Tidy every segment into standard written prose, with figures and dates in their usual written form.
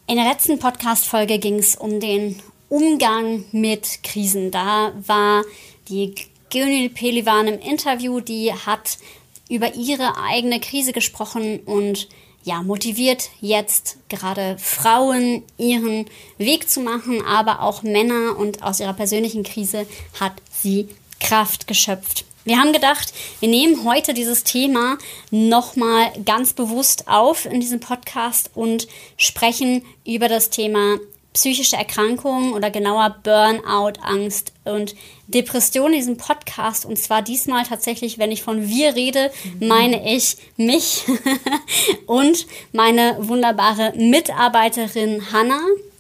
In der letzten Podcast-Folge ging es um den Umgang mit Krisen. Da war die Gönül Pehlivan im Interview, die hat über ihre eigene Krise gesprochen und motiviert jetzt gerade Frauen, ihren Weg zu machen, aber auch Männer, und aus ihrer persönlichen Krise hat sie Kraft geschöpft. Wir haben gedacht, wir nehmen heute dieses Thema nochmal ganz bewusst auf in diesem Podcast und sprechen über das Thema psychische Erkrankungen oder genauer Burnout, Angst und Depression in diesem Podcast. Und zwar diesmal tatsächlich, wenn ich von wir rede, meine ich mich und meine wunderbare Mitarbeiterin Hannah.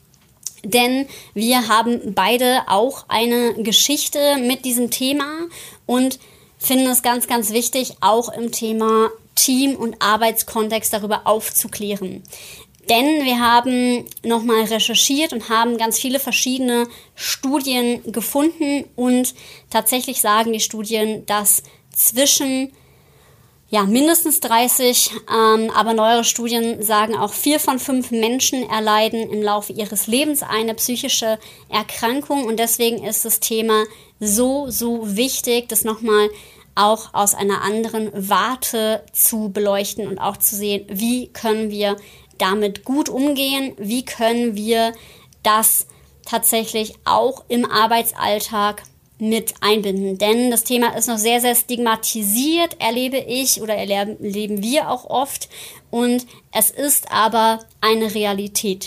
Denn wir haben beide auch eine Geschichte mit diesem Thema und finden es ganz, ganz wichtig, auch im Thema Team- und Arbeitskontext darüber aufzuklären. Denn wir haben nochmal recherchiert und haben ganz viele verschiedene Studien gefunden und tatsächlich sagen die Studien, dass zwischen mindestens 30, aber neuere Studien sagen auch 4 von 5 Menschen erleiden im Laufe ihres Lebens eine psychische Erkrankung, und deswegen ist das Thema so wichtig, das nochmal auch aus einer anderen Warte zu beleuchten und auch zu sehen, wie können wir damit gut umgehen, wie können wir das tatsächlich auch im Arbeitsalltag mit einbinden. Denn das Thema ist noch sehr, sehr stigmatisiert, erlebe ich oder erleben wir auch oft, und es ist aber eine Realität.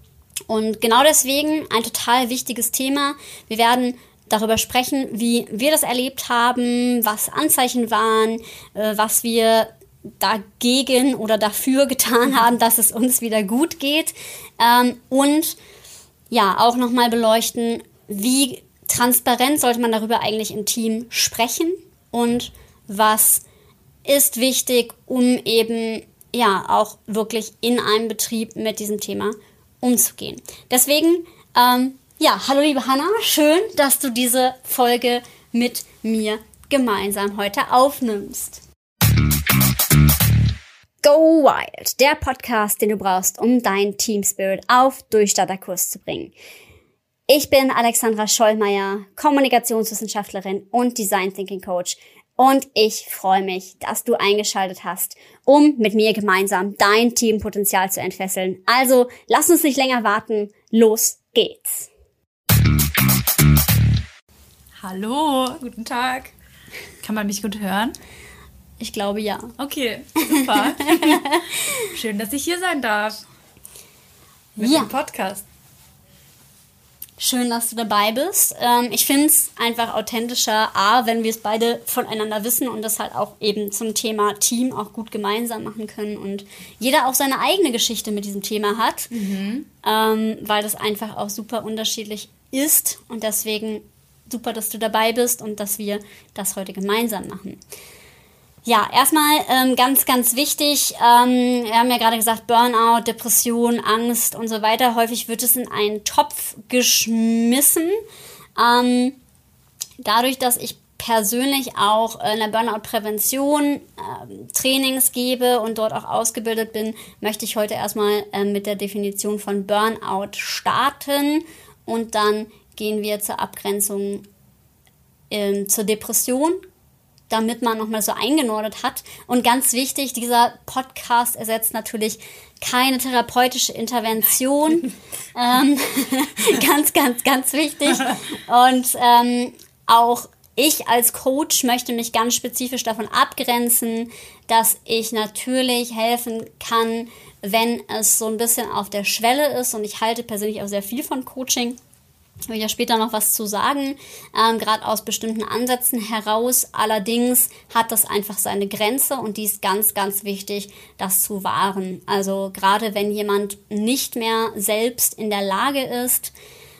Und genau deswegen ein total wichtiges Thema. Wir werden darüber sprechen, wie wir das erlebt haben, was Anzeichen waren, was wir dagegen oder dafür getan haben, dass es uns wieder gut geht, und auch nochmal beleuchten, wie transparent sollte man darüber eigentlich im Team sprechen und was ist wichtig, um eben auch wirklich in einem Betrieb mit diesem Thema umzugehen. Deswegen hallo liebe Hannah, schön, dass du diese Folge mit mir gemeinsam heute aufnimmst. Go Wild, der Podcast, den du brauchst, um deinen Team Spirit auf Durchstarterkurs zu bringen. Ich bin Alexandra Schollmeier, Kommunikationswissenschaftlerin und Design Thinking Coach, und ich freue mich, dass du eingeschaltet hast, um mit mir gemeinsam dein Teampotenzial zu entfesseln. Also lass uns nicht länger warten, los geht's. Hallo, guten Tag. Kann man mich gut hören? Ich glaube ja. Okay, super. Schön, dass ich hier sein darf. Mit dem Podcast. Schön, dass du dabei bist. Ich finde es einfach authentischer, wenn wir es beide voneinander wissen und das halt auch eben zum Thema Team auch gut gemeinsam machen können und jeder auch seine eigene Geschichte mit diesem Thema hat, weil das einfach auch super unterschiedlich ist, und deswegen super, dass du dabei bist und dass wir das heute gemeinsam machen. Ja, erstmal ganz, ganz wichtig, wir haben ja gerade gesagt, Burnout, Depression, Angst und so weiter. Häufig wird es in einen Topf geschmissen. Dadurch, dass ich persönlich auch in der Burnout-Prävention Trainings gebe und dort auch ausgebildet bin, möchte ich heute erstmal mit der Definition von Burnout starten, und dann gehen wir zur Abgrenzung zur Depression, damit man nochmal so eingenordet hat. Und ganz wichtig, dieser Podcast ersetzt natürlich keine therapeutische Intervention. Ganz, ganz, ganz wichtig. Und auch ich als Coach möchte mich ganz spezifisch davon abgrenzen, dass ich natürlich helfen kann, wenn es so ein bisschen auf der Schwelle ist. Und ich halte persönlich auch sehr viel von Coaching. Ich will ja später noch was zu sagen, gerade aus bestimmten Ansätzen heraus. Allerdings hat das einfach seine Grenze, und die ist ganz, ganz wichtig, das zu wahren. Also gerade wenn jemand nicht mehr selbst in der Lage ist,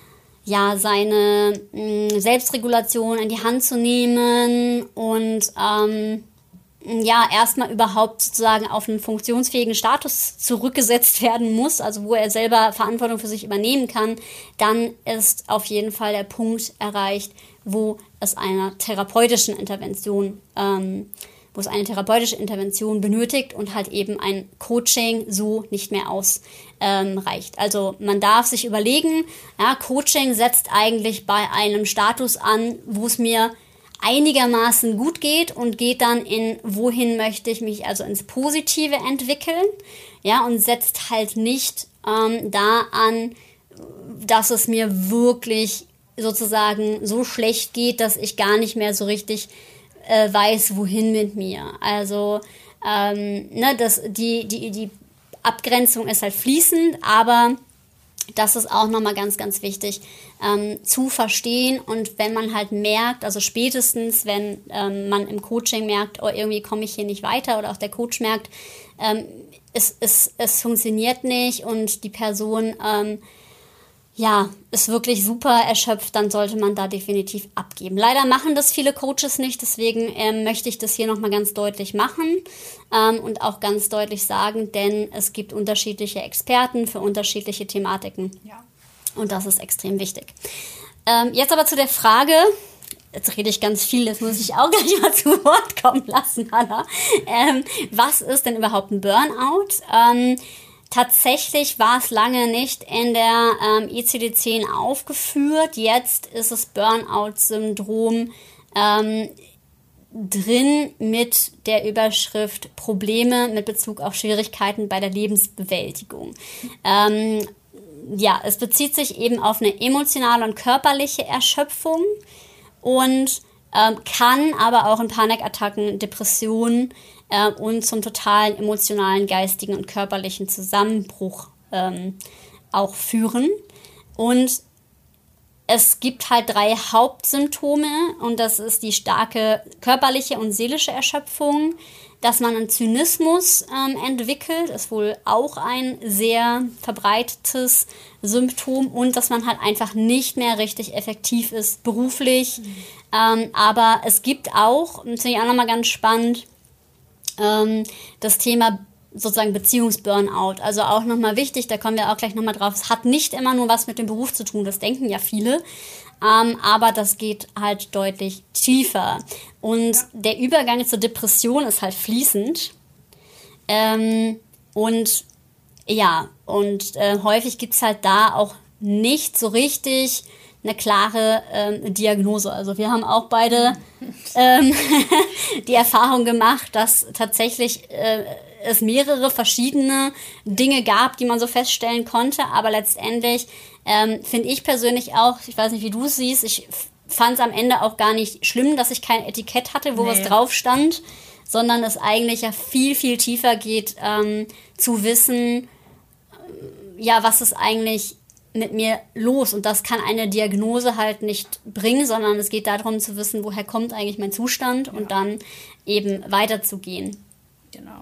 seine Selbstregulation in die Hand zu nehmen und erstmal überhaupt sozusagen auf einen funktionsfähigen Status zurückgesetzt werden muss, also wo er selber Verantwortung für sich übernehmen kann, dann ist auf jeden Fall der Punkt erreicht, wo es einer therapeutischen Intervention wo es eine therapeutische Intervention benötigt und halt eben ein Coaching so nicht mehr ausreicht. Also man darf sich überlegen, ja, Coaching setzt eigentlich bei einem Status an, wo es mir einigermaßen gut geht und geht dann in, wohin möchte ich mich also ins Positive entwickeln, ja, und setzt halt nicht da an, dass es mir wirklich sozusagen so schlecht geht, dass ich gar nicht mehr so richtig weiß, wohin mit mir. Also die Abgrenzung ist halt fließend, aber das ist auch nochmal ganz, ganz wichtig zu verstehen. Und wenn man halt merkt, also spätestens, wenn man im Coaching merkt, oh, irgendwie komme ich hier nicht weiter, oder auch der Coach merkt, es funktioniert nicht und die Person ist wirklich super erschöpft, dann sollte man da definitiv abgeben. Leider machen das viele Coaches nicht, deswegen möchte ich das hier nochmal ganz deutlich machen und auch ganz deutlich sagen, denn es gibt unterschiedliche Experten für unterschiedliche Thematiken. Ja. Und das ist extrem wichtig. Jetzt aber zu der Frage, jetzt rede ich ganz viel, das muss ich auch gleich mal zu Wort kommen lassen, Hanna. Was ist denn überhaupt ein Burnout? Tatsächlich war es lange nicht in der ICD-10 aufgeführt. Jetzt ist das Burnout-Syndrom drin mit der Überschrift Probleme mit Bezug auf Schwierigkeiten bei der Lebensbewältigung. Es bezieht sich eben auf eine emotionale und körperliche Erschöpfung und kann aber auch in Panikattacken, Depressionen und zum totalen emotionalen, geistigen und körperlichen Zusammenbruch auch führen. Und es gibt halt 3 Hauptsymptome und das ist die starke körperliche und seelische Erschöpfung, dass man einen Zynismus entwickelt, ist wohl auch ein sehr verbreitetes Symptom, und dass man halt einfach nicht mehr richtig effektiv ist beruflich. Aber es gibt auch, das finde ich auch nochmal ganz spannend, das Thema sozusagen Beziehungsburnout. Also auch nochmal wichtig, da kommen wir auch gleich nochmal drauf, es hat nicht immer nur was mit dem Beruf zu tun, das denken ja viele, aber das geht halt deutlich tiefer. Und der Übergang zur Depression ist halt fließend. Häufig gibt es halt da auch nicht so richtig eine klare Diagnose. Also wir haben auch beide die Erfahrung gemacht, dass tatsächlich es mehrere verschiedene Dinge gab, die man so feststellen konnte. Aber letztendlich finde ich persönlich auch, ich weiß nicht, wie du es siehst, ich fand es am Ende auch gar nicht schlimm, dass ich kein Etikett hatte, wo was drauf stand, sondern es eigentlich ja viel, viel tiefer geht, zu wissen, was ist eigentlich mit mir los, und das kann eine Diagnose halt nicht bringen, sondern es geht darum zu wissen, woher kommt eigentlich mein Zustand und dann eben weiterzugehen. Genau.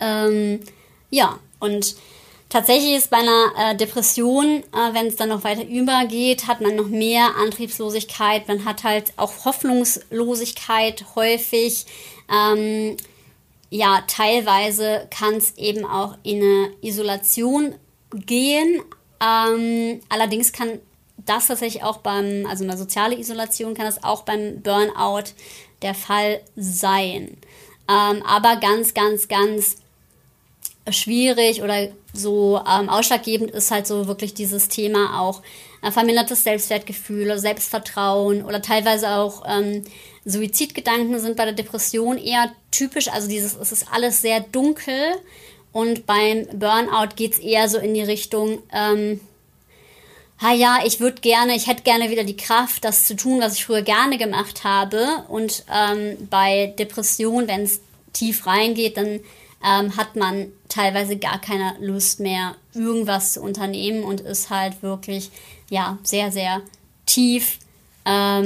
Und tatsächlich ist bei einer Depression, wenn es dann noch weiter übergeht, hat man noch mehr Antriebslosigkeit, man hat halt auch Hoffnungslosigkeit häufig. Teilweise kann es eben auch in eine Isolation gehen. Allerdings kann das tatsächlich auch eine soziale Isolation kann das auch beim Burnout der Fall sein. Aber ganz, ganz, ganz schwierig oder so ausschlaggebend ist halt so wirklich dieses Thema auch vermindertes Selbstwertgefühl oder Selbstvertrauen oder teilweise auch Suizidgedanken sind bei der Depression eher typisch. Also es ist alles sehr dunkel. Und beim Burnout geht es eher so in die Richtung, ich hätte gerne wieder die Kraft, das zu tun, was ich früher gerne gemacht habe. Und bei Depression, wenn es tief reingeht, dann hat man teilweise gar keine Lust mehr, irgendwas zu unternehmen und ist halt wirklich, sehr, sehr tief da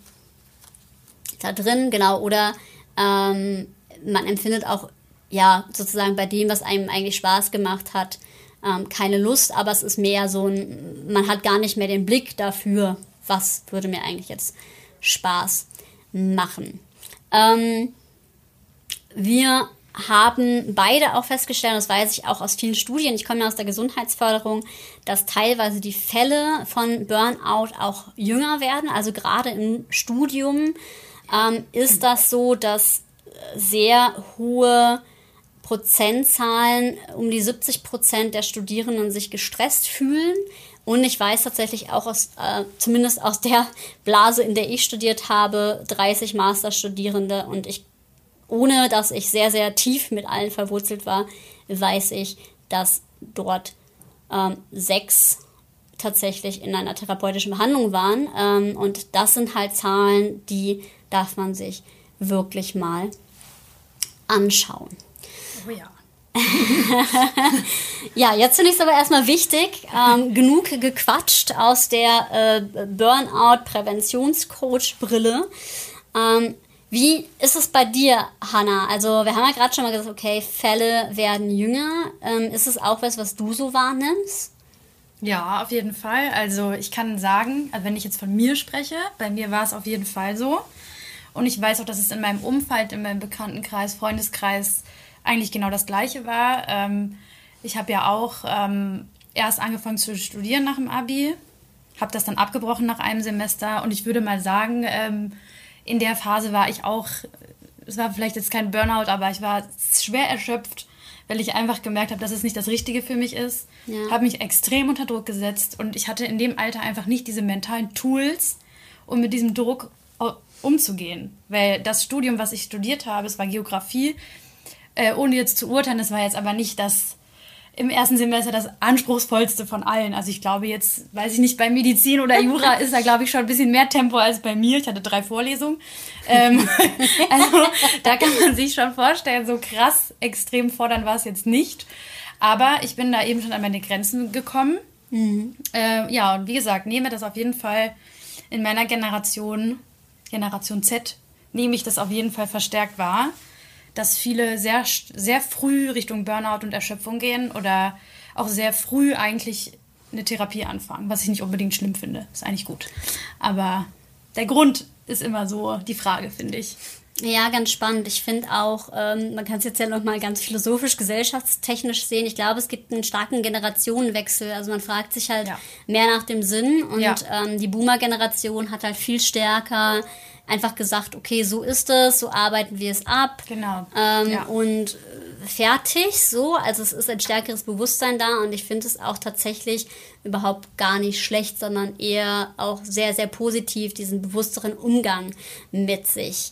drin, genau. Oder man empfindet auch sozusagen bei dem, was einem eigentlich Spaß gemacht hat, keine Lust, aber es ist mehr so man hat gar nicht mehr den Blick dafür, was würde mir eigentlich jetzt Spaß machen. Wir haben beide auch festgestellt, das weiß ich auch aus vielen Studien, ich komme ja aus der Gesundheitsförderung, dass teilweise die Fälle von Burnout auch jünger werden, also gerade im Studium ist das so, dass sehr hohe Prozentzahlen, um die 70% der Studierenden sich gestresst fühlen. Und ich weiß tatsächlich auch zumindest aus der Blase, in der ich studiert habe, 30 Masterstudierende, und ohne dass ich sehr, sehr tief mit allen verwurzelt war, weiß ich, dass dort 6 tatsächlich in einer therapeutischen Behandlung waren. Und das sind halt Zahlen, die darf man sich wirklich mal anschauen. Oh ja. Ja, jetzt finde ich es aber erstmal wichtig, genug gequatscht aus der Burnout-Präventionscoach-Brille. Wie ist es bei dir, Hannah? Also wir haben ja gerade schon mal gesagt, okay, Fälle werden jünger. Ist es auch was du so wahrnimmst? Ja, auf jeden Fall. Also ich kann sagen, also wenn ich jetzt von mir spreche, bei mir war es auf jeden Fall so. Und ich weiß auch, dass es in meinem Umfeld, in meinem Bekanntenkreis, Freundeskreis eigentlich genau das Gleiche war. Ich habe ja auch erst angefangen zu studieren nach dem Abi, habe das dann abgebrochen nach einem Semester, und ich würde mal sagen, in der Phase war ich auch, es war vielleicht jetzt kein Burnout, aber ich war schwer erschöpft, weil ich einfach gemerkt habe, dass es nicht das Richtige für mich ist. Ja. Habe mich extrem unter Druck gesetzt, und ich hatte in dem Alter einfach nicht diese mentalen Tools, um mit diesem Druck umzugehen. Weil das Studium, was ich studiert habe, es war Geografie, ohne jetzt zu urteilen, das war jetzt aber nicht im ersten Semester das anspruchsvollste von allen. Also ich glaube jetzt, weiß ich nicht, bei Medizin oder Jura ist da, glaube ich, schon ein bisschen mehr Tempo als bei mir. Ich hatte 3 Vorlesungen. Also da kann man sich schon vorstellen, so krass extrem fordern war es jetzt nicht. Aber ich bin da eben schon an meine Grenzen gekommen. Mhm. Ja, und wie gesagt, nehme das auf jeden Fall in meiner Generation Z, nehme ich das auf jeden Fall verstärkt wahr, dass viele sehr, sehr früh Richtung Burnout und Erschöpfung gehen oder auch sehr früh eigentlich eine Therapie anfangen, was ich nicht unbedingt schlimm finde. Ist eigentlich gut. Aber der Grund ist immer so die Frage, finde ich. Ja, ganz spannend. Ich finde auch, man kann es jetzt ja nochmal ganz philosophisch, gesellschaftstechnisch sehen. Ich glaube, es gibt einen starken Generationenwechsel. Also man fragt sich halt mehr nach dem Sinn. Und die Boomer-Generation hat halt viel stärker einfach gesagt, okay, so ist es, so arbeiten wir es ab. Genau. Und fertig, so. Also es ist ein stärkeres Bewusstsein da, und ich finde es auch tatsächlich überhaupt gar nicht schlecht, sondern eher auch sehr, sehr positiv, diesen bewussteren Umgang mit sich.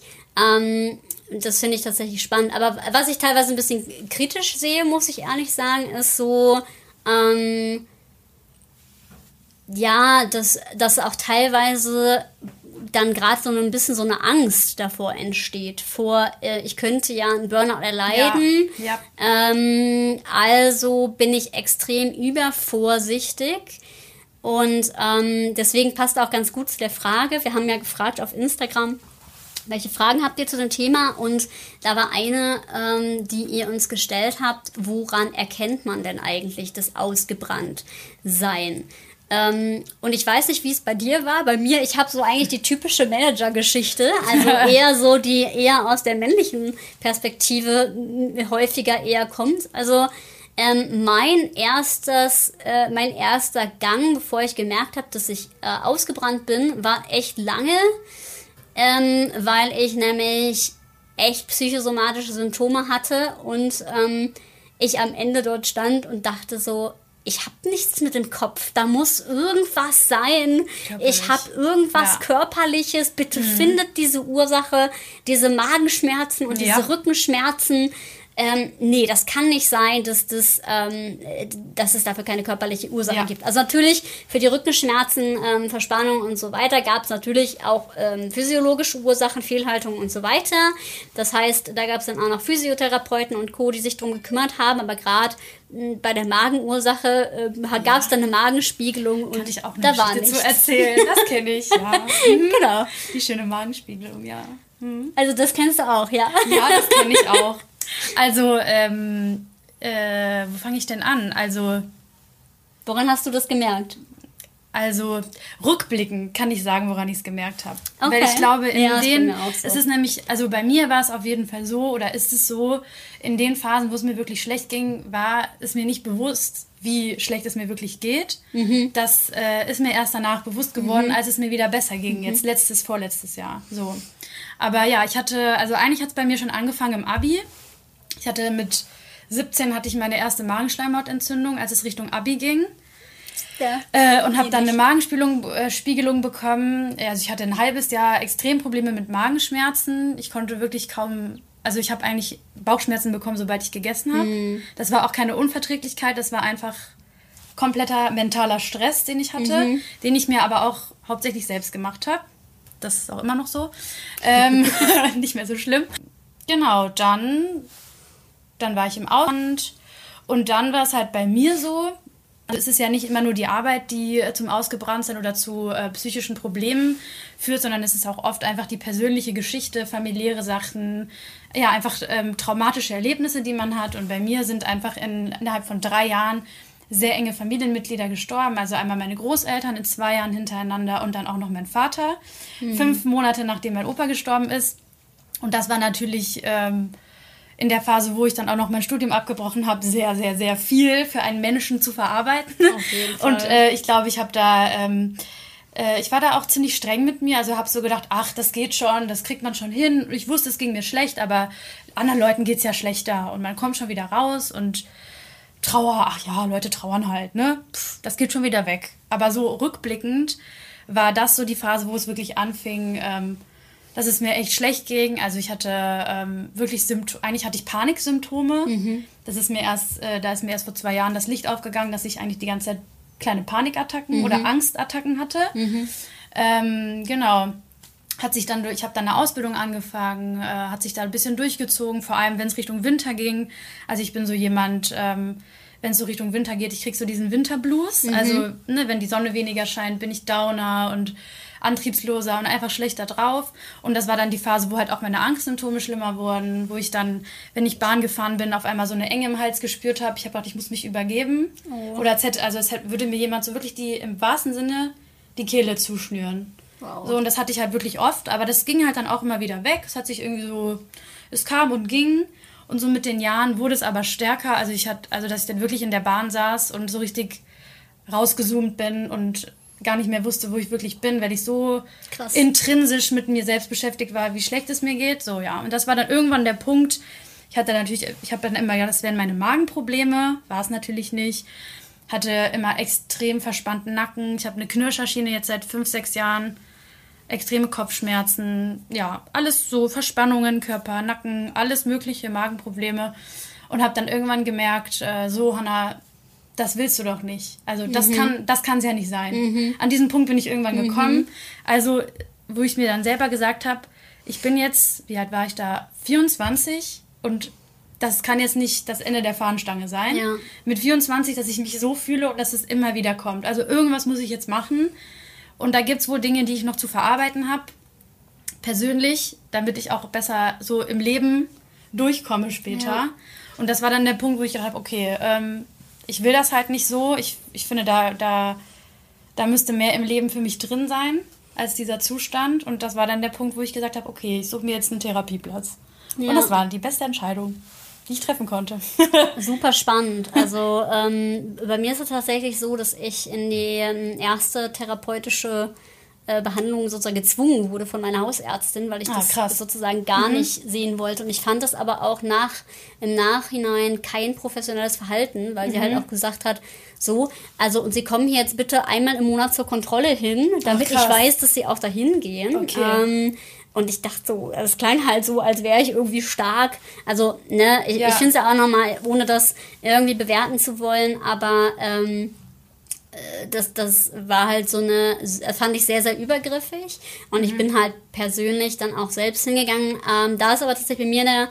Das finde ich tatsächlich spannend. Aber was ich teilweise ein bisschen kritisch sehe, muss ich ehrlich sagen, ist so, dass auch teilweise dann gerade so ein bisschen so eine Angst davor entsteht, ich könnte ja einen Burnout erleiden, also bin ich extrem übervorsichtig, und deswegen passt auch ganz gut zu der Frage, wir haben ja gefragt auf Instagram, welche Fragen habt ihr zu dem Thema, und da war eine, die ihr uns gestellt habt, woran erkennt man denn eigentlich das Ausgebranntsein? Und ich weiß nicht, wie es bei dir war. Bei mir, ich habe so eigentlich die typische Manager-Geschichte, also eher so, die eher aus der männlichen Perspektive häufiger eher kommt. Also mein erster Gang, bevor ich gemerkt habe, dass ich ausgebrannt bin, war echt lange, weil ich nämlich echt psychosomatische Symptome hatte und ich am Ende dort stand und dachte so, ich habe nichts mit dem Kopf, da muss irgendwas sein. Körperlich. Ich habe irgendwas Körperliches. Bitte findet diese Ursache, diese Magenschmerzen und diese Rückenschmerzen. Nee, das kann nicht sein, dass es dafür keine körperliche Ursache gibt. Also natürlich für die Rückenschmerzen, Verspannung und so weiter gab es natürlich auch physiologische Ursachen, Fehlhaltung und so weiter. Das heißt, da gab es dann auch noch Physiotherapeuten und Co., die sich darum gekümmert haben, aber gerade bei der Magenursache gab es dann eine Magenspiegelung und ich auch da war nichts zu erzählen. Das kenne ich, ja. Genau. Die schöne Magenspiegelung, ja. Also das kennst du auch, ja? Ja, das kenne ich auch. Also, wo fange ich denn an? Also, woran hast du das gemerkt? Also rückblickend kann ich sagen, woran ich es gemerkt habe. Okay. Weil ich glaube, so. es ist nämlich, also bei mir war es auf jeden Fall so, oder ist es so, in den Phasen, wo es mir wirklich schlecht ging, war es mir nicht bewusst, wie schlecht es mir wirklich geht. Das ist mir erst danach bewusst geworden, als es mir wieder besser ging. Jetzt vorletztes Jahr. So. Aber ja, eigentlich hat es bei mir schon angefangen im Abi. Ich hatte mit 17 hatte ich meine erste Magenschleimhautentzündung, als es Richtung Abi ging. Ja, und habe dann eine Magenspiegelung bekommen. Also ich hatte ein halbes Jahr extrem Probleme mit Magenschmerzen. Ich konnte wirklich kaum, also ich habe eigentlich Bauchschmerzen bekommen, sobald ich gegessen habe. Das war auch keine Unverträglichkeit, das war einfach kompletter mentaler Stress, den ich hatte, den ich mir aber auch hauptsächlich selbst gemacht habe. Das ist auch immer noch so. Nicht mehr so schlimm. Genau, dann war ich im Ausland und dann war es halt bei mir so, es ist ja nicht immer nur die Arbeit, die zum Ausgebranntsein oder zu psychischen Problemen führt, sondern es ist auch oft einfach die persönliche Geschichte, familiäre Sachen, ja, einfach traumatische Erlebnisse, die man hat. Und bei mir sind einfach innerhalb von 3 Jahren sehr enge Familienmitglieder gestorben. Also einmal meine Großeltern in 2 Jahren hintereinander und dann auch noch mein Vater. 5 Monate nachdem mein Opa gestorben ist. Und das war natürlich in der Phase, wo ich dann auch noch mein Studium abgebrochen habe, sehr, sehr, sehr viel für einen Menschen zu verarbeiten. Auf jeden Fall. Und ich glaube, ich war da auch ziemlich streng mit mir. Also habe so gedacht, ach, das geht schon, das kriegt man schon hin. Ich wusste, es ging mir schlecht, aber anderen Leuten geht es ja schlechter. Und man kommt schon wieder raus und Trauer, ach ja, Leute trauern halt, ne? Das geht schon wieder weg. Aber so rückblickend war das so die Phase, wo es wirklich anfing, dass es mir echt schlecht ging. Also ich hatte eigentlich hatte ich Paniksymptome. Da ist mir erst vor 2 Jahren das Licht aufgegangen, dass ich eigentlich die ganze Zeit kleine Panikattacken oder Angstattacken hatte. Genau. Ich habe dann eine Ausbildung angefangen, hat sich da ein bisschen durchgezogen, vor allem wenn es Richtung Winter ging. Also ich bin so jemand, wenn es so Richtung Winter geht, ich kriege so diesen Winterblues. Also wenn die Sonne weniger scheint, bin ich Downer und antriebsloser und einfach schlechter drauf. Und das war dann die Phase, wo halt auch meine Angstsymptome schlimmer wurden, wo ich dann, wenn ich Bahn gefahren bin, auf einmal so eine Enge im Hals gespürt habe. Ich habe gedacht, ich muss mich übergeben. Oh. Oder würde mir jemand so wirklich im wahrsten Sinne die Kehle zuschnüren. Wow. So, und das hatte ich halt wirklich oft, aber das ging halt dann auch immer wieder weg. Es hat sich irgendwie so, es kam und ging. Und so mit den Jahren wurde es aber stärker. Also dass ich dann wirklich in der Bahn saß und so richtig rausgezoomt bin und gar nicht mehr wusste, wo ich wirklich bin, weil ich so intrinsisch mit mir selbst beschäftigt war, wie schlecht es mir geht. So, ja. Und das war dann irgendwann der Punkt. Ich habe dann immer gedacht, das wären meine Magenprobleme. War es natürlich nicht. Hatte immer extrem verspannten Nacken. Ich habe eine Knirscherschiene jetzt seit 5, 6 Jahren. Extreme Kopfschmerzen. Ja, alles so Verspannungen, Körper, Nacken, alles mögliche, Magenprobleme. Und habe dann irgendwann gemerkt, so Hannah, das willst du doch nicht. Also das kann es ja nicht sein. An diesen Punkt bin ich irgendwann gekommen. Also wo ich mir dann selber gesagt habe, ich bin jetzt, wie alt war ich da? 24 und das kann jetzt nicht das Ende der Fahnenstange sein. Ja. Mit 24, dass ich mich so fühle und dass es immer wieder kommt. Also irgendwas muss ich jetzt machen. Und da gibt es wohl Dinge, die ich noch zu verarbeiten habe. Persönlich, damit ich auch besser so im Leben durchkomme später. Ja. Und das war dann der Punkt, wo ich gedacht habe, okay, ich will das halt nicht so. Ich finde, da müsste mehr im Leben für mich drin sein als dieser Zustand. Und das war dann der Punkt, wo ich gesagt habe, okay, ich suche mir jetzt einen Therapieplatz. Ja. Und das war die beste Entscheidung, die ich treffen konnte. Super spannend. Also bei mir ist es tatsächlich so, dass ich in die erste therapeutische Behandlung sozusagen gezwungen wurde von meiner Hausärztin, weil ich das sozusagen gar nicht sehen wollte. Und ich fand das aber auch im Nachhinein kein professionelles Verhalten, weil sie halt auch gesagt hat, und Sie kommen hier jetzt bitte einmal im Monat zur Kontrolle hin, damit ich weiß, dass Sie auch dahin gehen. Okay. Und ich dachte so, das klang halt so, als wäre ich irgendwie stark. Also, ich finde es ja auch nochmal, ohne das irgendwie bewerten zu wollen, aber das war halt fand ich sehr, sehr übergriffig. Und ich bin halt persönlich dann auch selbst hingegangen. Da ist aber tatsächlich bei mir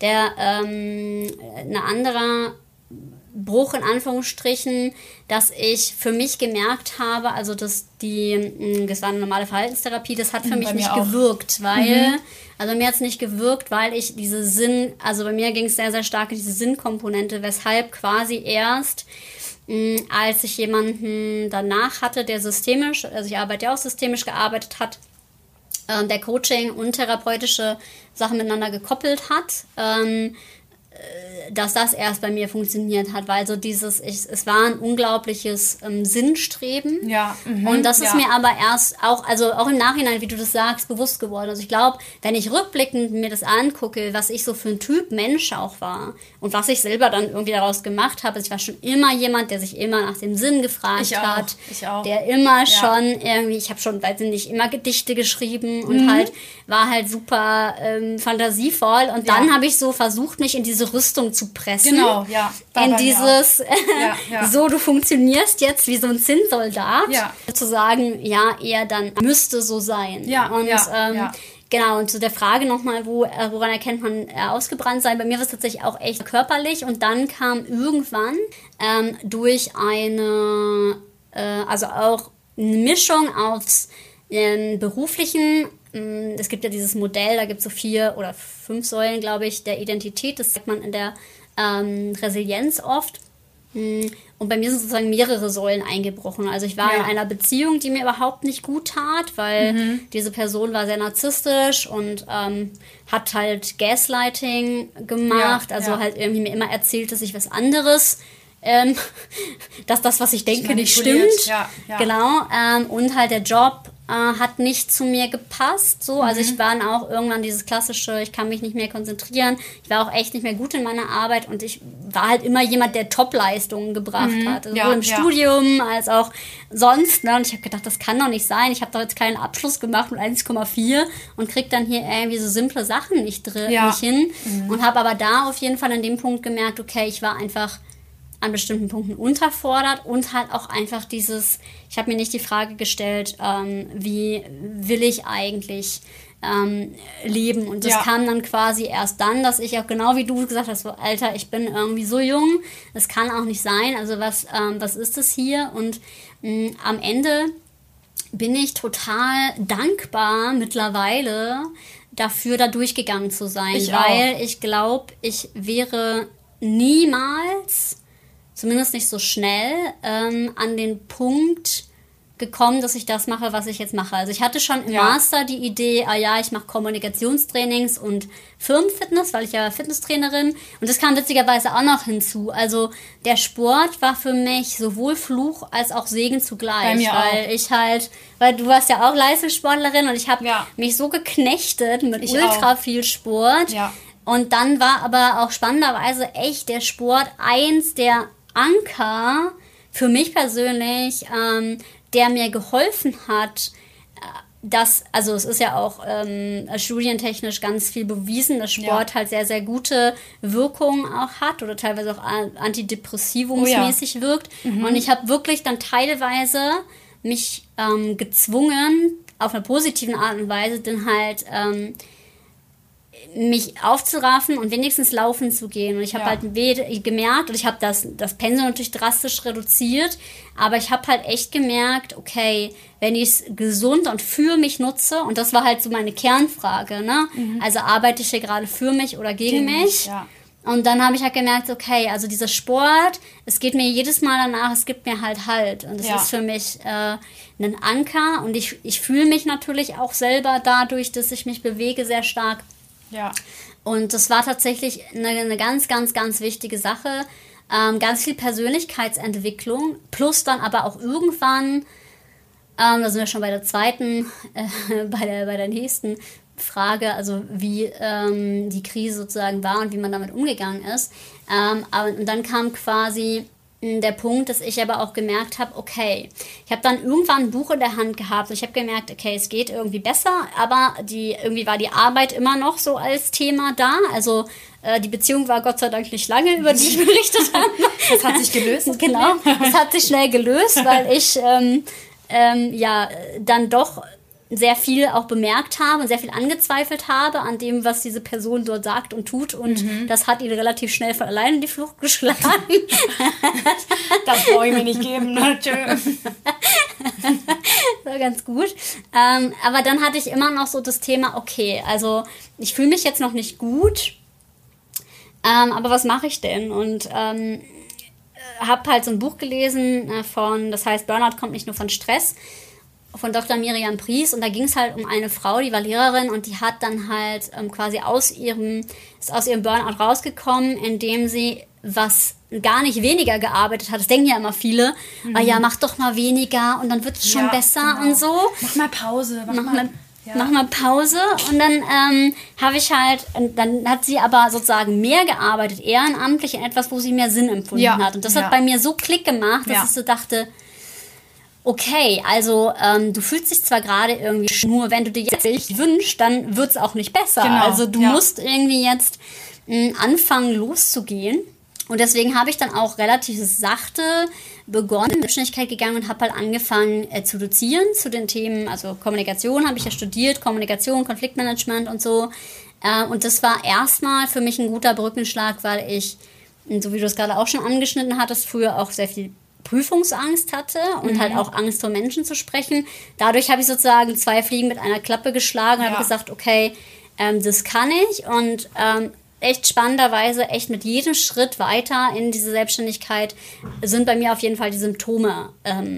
ein anderer Bruch in Anführungsstrichen, dass ich für mich gemerkt habe, also das war eine normale Verhaltenstherapie, das hat für mich nicht gewirkt, also mir hat es nicht gewirkt, weil ich also bei mir ging es sehr, sehr stark in diese Sinnkomponente, weshalb quasi erst als ich jemanden danach hatte, der systemisch, also ich arbeite ja auch systemisch gearbeitet hat, der Coaching und therapeutische Sachen miteinander gekoppelt hat, dass das erst bei mir funktioniert hat, weil so es war ein unglaubliches Sinnstreben. Ja. Und das ist mir aber erst auch im Nachhinein, wie du das sagst, bewusst geworden. Also ich glaube, wenn ich rückblickend mir das angucke, was ich so für ein Typ Mensch auch war und was ich selber dann irgendwie daraus gemacht habe, ich war schon immer jemand, der sich immer nach dem Sinn gefragt hat. Ich auch. Der immer schon irgendwie, ich habe schon, weiß ich nicht, immer Gedichte geschrieben und war halt super fantasievoll. Und dann habe ich so versucht, mich in diese Rüstung zu pressen. Genau, ja. In dieses, so, du funktionierst jetzt wie so ein Zinnsoldat. Ja. Zu sagen, ja, er dann müsste so sein. Ja, und genau, und zu der Frage nochmal, woran erkennt man ausgebrannt sein? Bei mir war es tatsächlich auch echt körperlich. Und dann kam irgendwann durch eine, also auch eine Mischung aufs beruflichen. Es gibt ja dieses Modell, da gibt es so 4 oder 5 Säulen, glaube ich, der Identität. Das sagt man in der Resilienz oft. Und bei mir sind sozusagen mehrere Säulen eingebrochen. Also ich war in einer Beziehung, die mir überhaupt nicht gut tat, weil diese Person war sehr narzisstisch und hat halt Gaslighting gemacht. Halt irgendwie mir immer erzählt, dass ich was anderes dass das, was ich denke, nicht stimmt. Ja. Genau. Und halt der Job hat nicht zu mir gepasst. So. Also ich war dann auch irgendwann dieses klassische, ich kann mich nicht mehr konzentrieren. Ich war auch echt nicht mehr gut in meiner Arbeit und ich war halt immer jemand, der Top-Leistungen gebracht hat. Also sowohl im Studium als auch sonst. Ne? Und ich habe gedacht, das kann doch nicht sein. Ich habe doch jetzt keinen Abschluss gemacht mit 1,4 und krieg dann hier irgendwie so simple Sachen nicht hin. Und habe aber da auf jeden Fall an dem Punkt gemerkt, okay, ich war einfach an bestimmten Punkten unterfordert und halt auch einfach ich habe mir nicht die Frage gestellt, wie will ich eigentlich leben, und das kam dann quasi erst dann, dass ich auch genau wie du gesagt hast, so, Alter, ich bin irgendwie so jung, das kann auch nicht sein, also was ist das hier? Und am Ende bin ich total dankbar mittlerweile dafür, da durchgegangen zu sein, weil ich glaube, ich wäre niemals, zumindest nicht so schnell, an den Punkt gekommen, dass ich das mache, was ich jetzt mache. Also ich hatte schon im Master die Idee, ich mache Kommunikationstrainings und Firmenfitness, weil ich ja Fitnesstrainerin, und das kam witzigerweise auch noch hinzu. Also der Sport war für mich sowohl Fluch als auch Segen zugleich. Bei mir weil du warst ja auch Leistungssportlerin und ich habe mich so geknechtet mit viel Sport. Ja. Und dann war aber auch spannenderweise echt der Sport eins der Anker für mich persönlich, der mir geholfen hat, also es ist ja auch studientechnisch ganz viel bewiesen, dass Sport halt sehr, sehr gute Wirkungen auch hat oder teilweise auch antidepressivumsmäßig wirkt. Und ich habe wirklich dann teilweise mich gezwungen, auf einer positiven Art und Weise dann halt mich aufzuraffen und wenigstens laufen zu gehen. Und ich habe halt gemerkt, und ich habe das Pensum natürlich drastisch reduziert, aber ich habe halt echt gemerkt, okay, wenn ich es gesund und für mich nutze, und das war halt so meine Kernfrage, ne? Also arbeite ich hier gerade für mich oder gegen mich? Ja. Und dann habe ich halt gemerkt, okay, also dieser Sport, es geht mir jedes Mal danach, es gibt mir Halt. Und das ist für mich ein Anker. Und ich fühle mich natürlich auch selber dadurch, dass ich mich bewege, sehr stark. Ja. Und das war tatsächlich eine ganz, ganz, ganz wichtige Sache. Ganz viel Persönlichkeitsentwicklung, plus dann aber auch irgendwann, da sind wir schon bei der zweiten, bei der nächsten Frage, also wie die Krise sozusagen war und wie man damit umgegangen ist. Und dann kam quasi der Punkt, dass ich aber auch gemerkt habe, okay, ich habe dann irgendwann ein Buch in der Hand gehabt und ich habe gemerkt, okay, es geht irgendwie besser, aber irgendwie war die Arbeit immer noch so als Thema da, also die Beziehung war Gott sei Dank nicht lange, über die ich berichtet habe. Das hat sich gelöst. Genau, das hat sich schnell gelöst, weil ich dann doch sehr viel auch bemerkt habe und sehr viel angezweifelt habe an dem, was diese Person dort sagt und tut. Und das hat ihn relativ schnell von alleine in die Flucht geschlagen. Das brauche ich mir nicht geben. Ne? Das war ganz gut. Aber dann hatte ich immer noch so das Thema, okay, also ich fühle mich jetzt noch nicht gut, aber was mache ich denn? Und habe halt so ein Buch gelesen das heißt Burnout kommt nicht nur von Stress, von Dr. Miriam Pries, und da ging es halt um eine Frau, die war Lehrerin und die hat dann halt quasi ist aus ihrem Burnout rausgekommen, indem sie gar nicht weniger gearbeitet hat. Das denken ja immer viele. Ja, mach doch mal weniger und dann wird es schon besser, genau. Und so. Mach mal Pause. Mach mal Pause. Und dann dann hat sie aber sozusagen mehr gearbeitet, ehrenamtlich in etwas, wo sie mehr Sinn empfunden hat. Und das hat bei mir so Klick gemacht, dass ich so dachte, okay, also du fühlst dich zwar gerade irgendwie nur, wenn du dir jetzt nicht wünschst, dann wird es auch nicht besser. Genau, also du musst irgendwie jetzt anfangen loszugehen. Und deswegen habe ich dann auch relativ sachte begonnen, in die Selbstständigkeit gegangen und habe halt angefangen zu dozieren zu den Themen, also Kommunikation habe ich ja studiert, Kommunikation, Konfliktmanagement und so. Und das war erstmal für mich ein guter Brückenschlag, weil ich, so wie du es gerade auch schon angeschnitten hattest, früher auch sehr viel Prüfungsangst hatte und halt auch Angst vor Menschen zu sprechen. Dadurch habe ich sozusagen 2 Fliegen mit einer Klappe geschlagen und habe gesagt, okay, das kann ich, und echt spannenderweise, echt mit jedem Schritt weiter in diese Selbstständigkeit sind bei mir auf jeden Fall die Symptome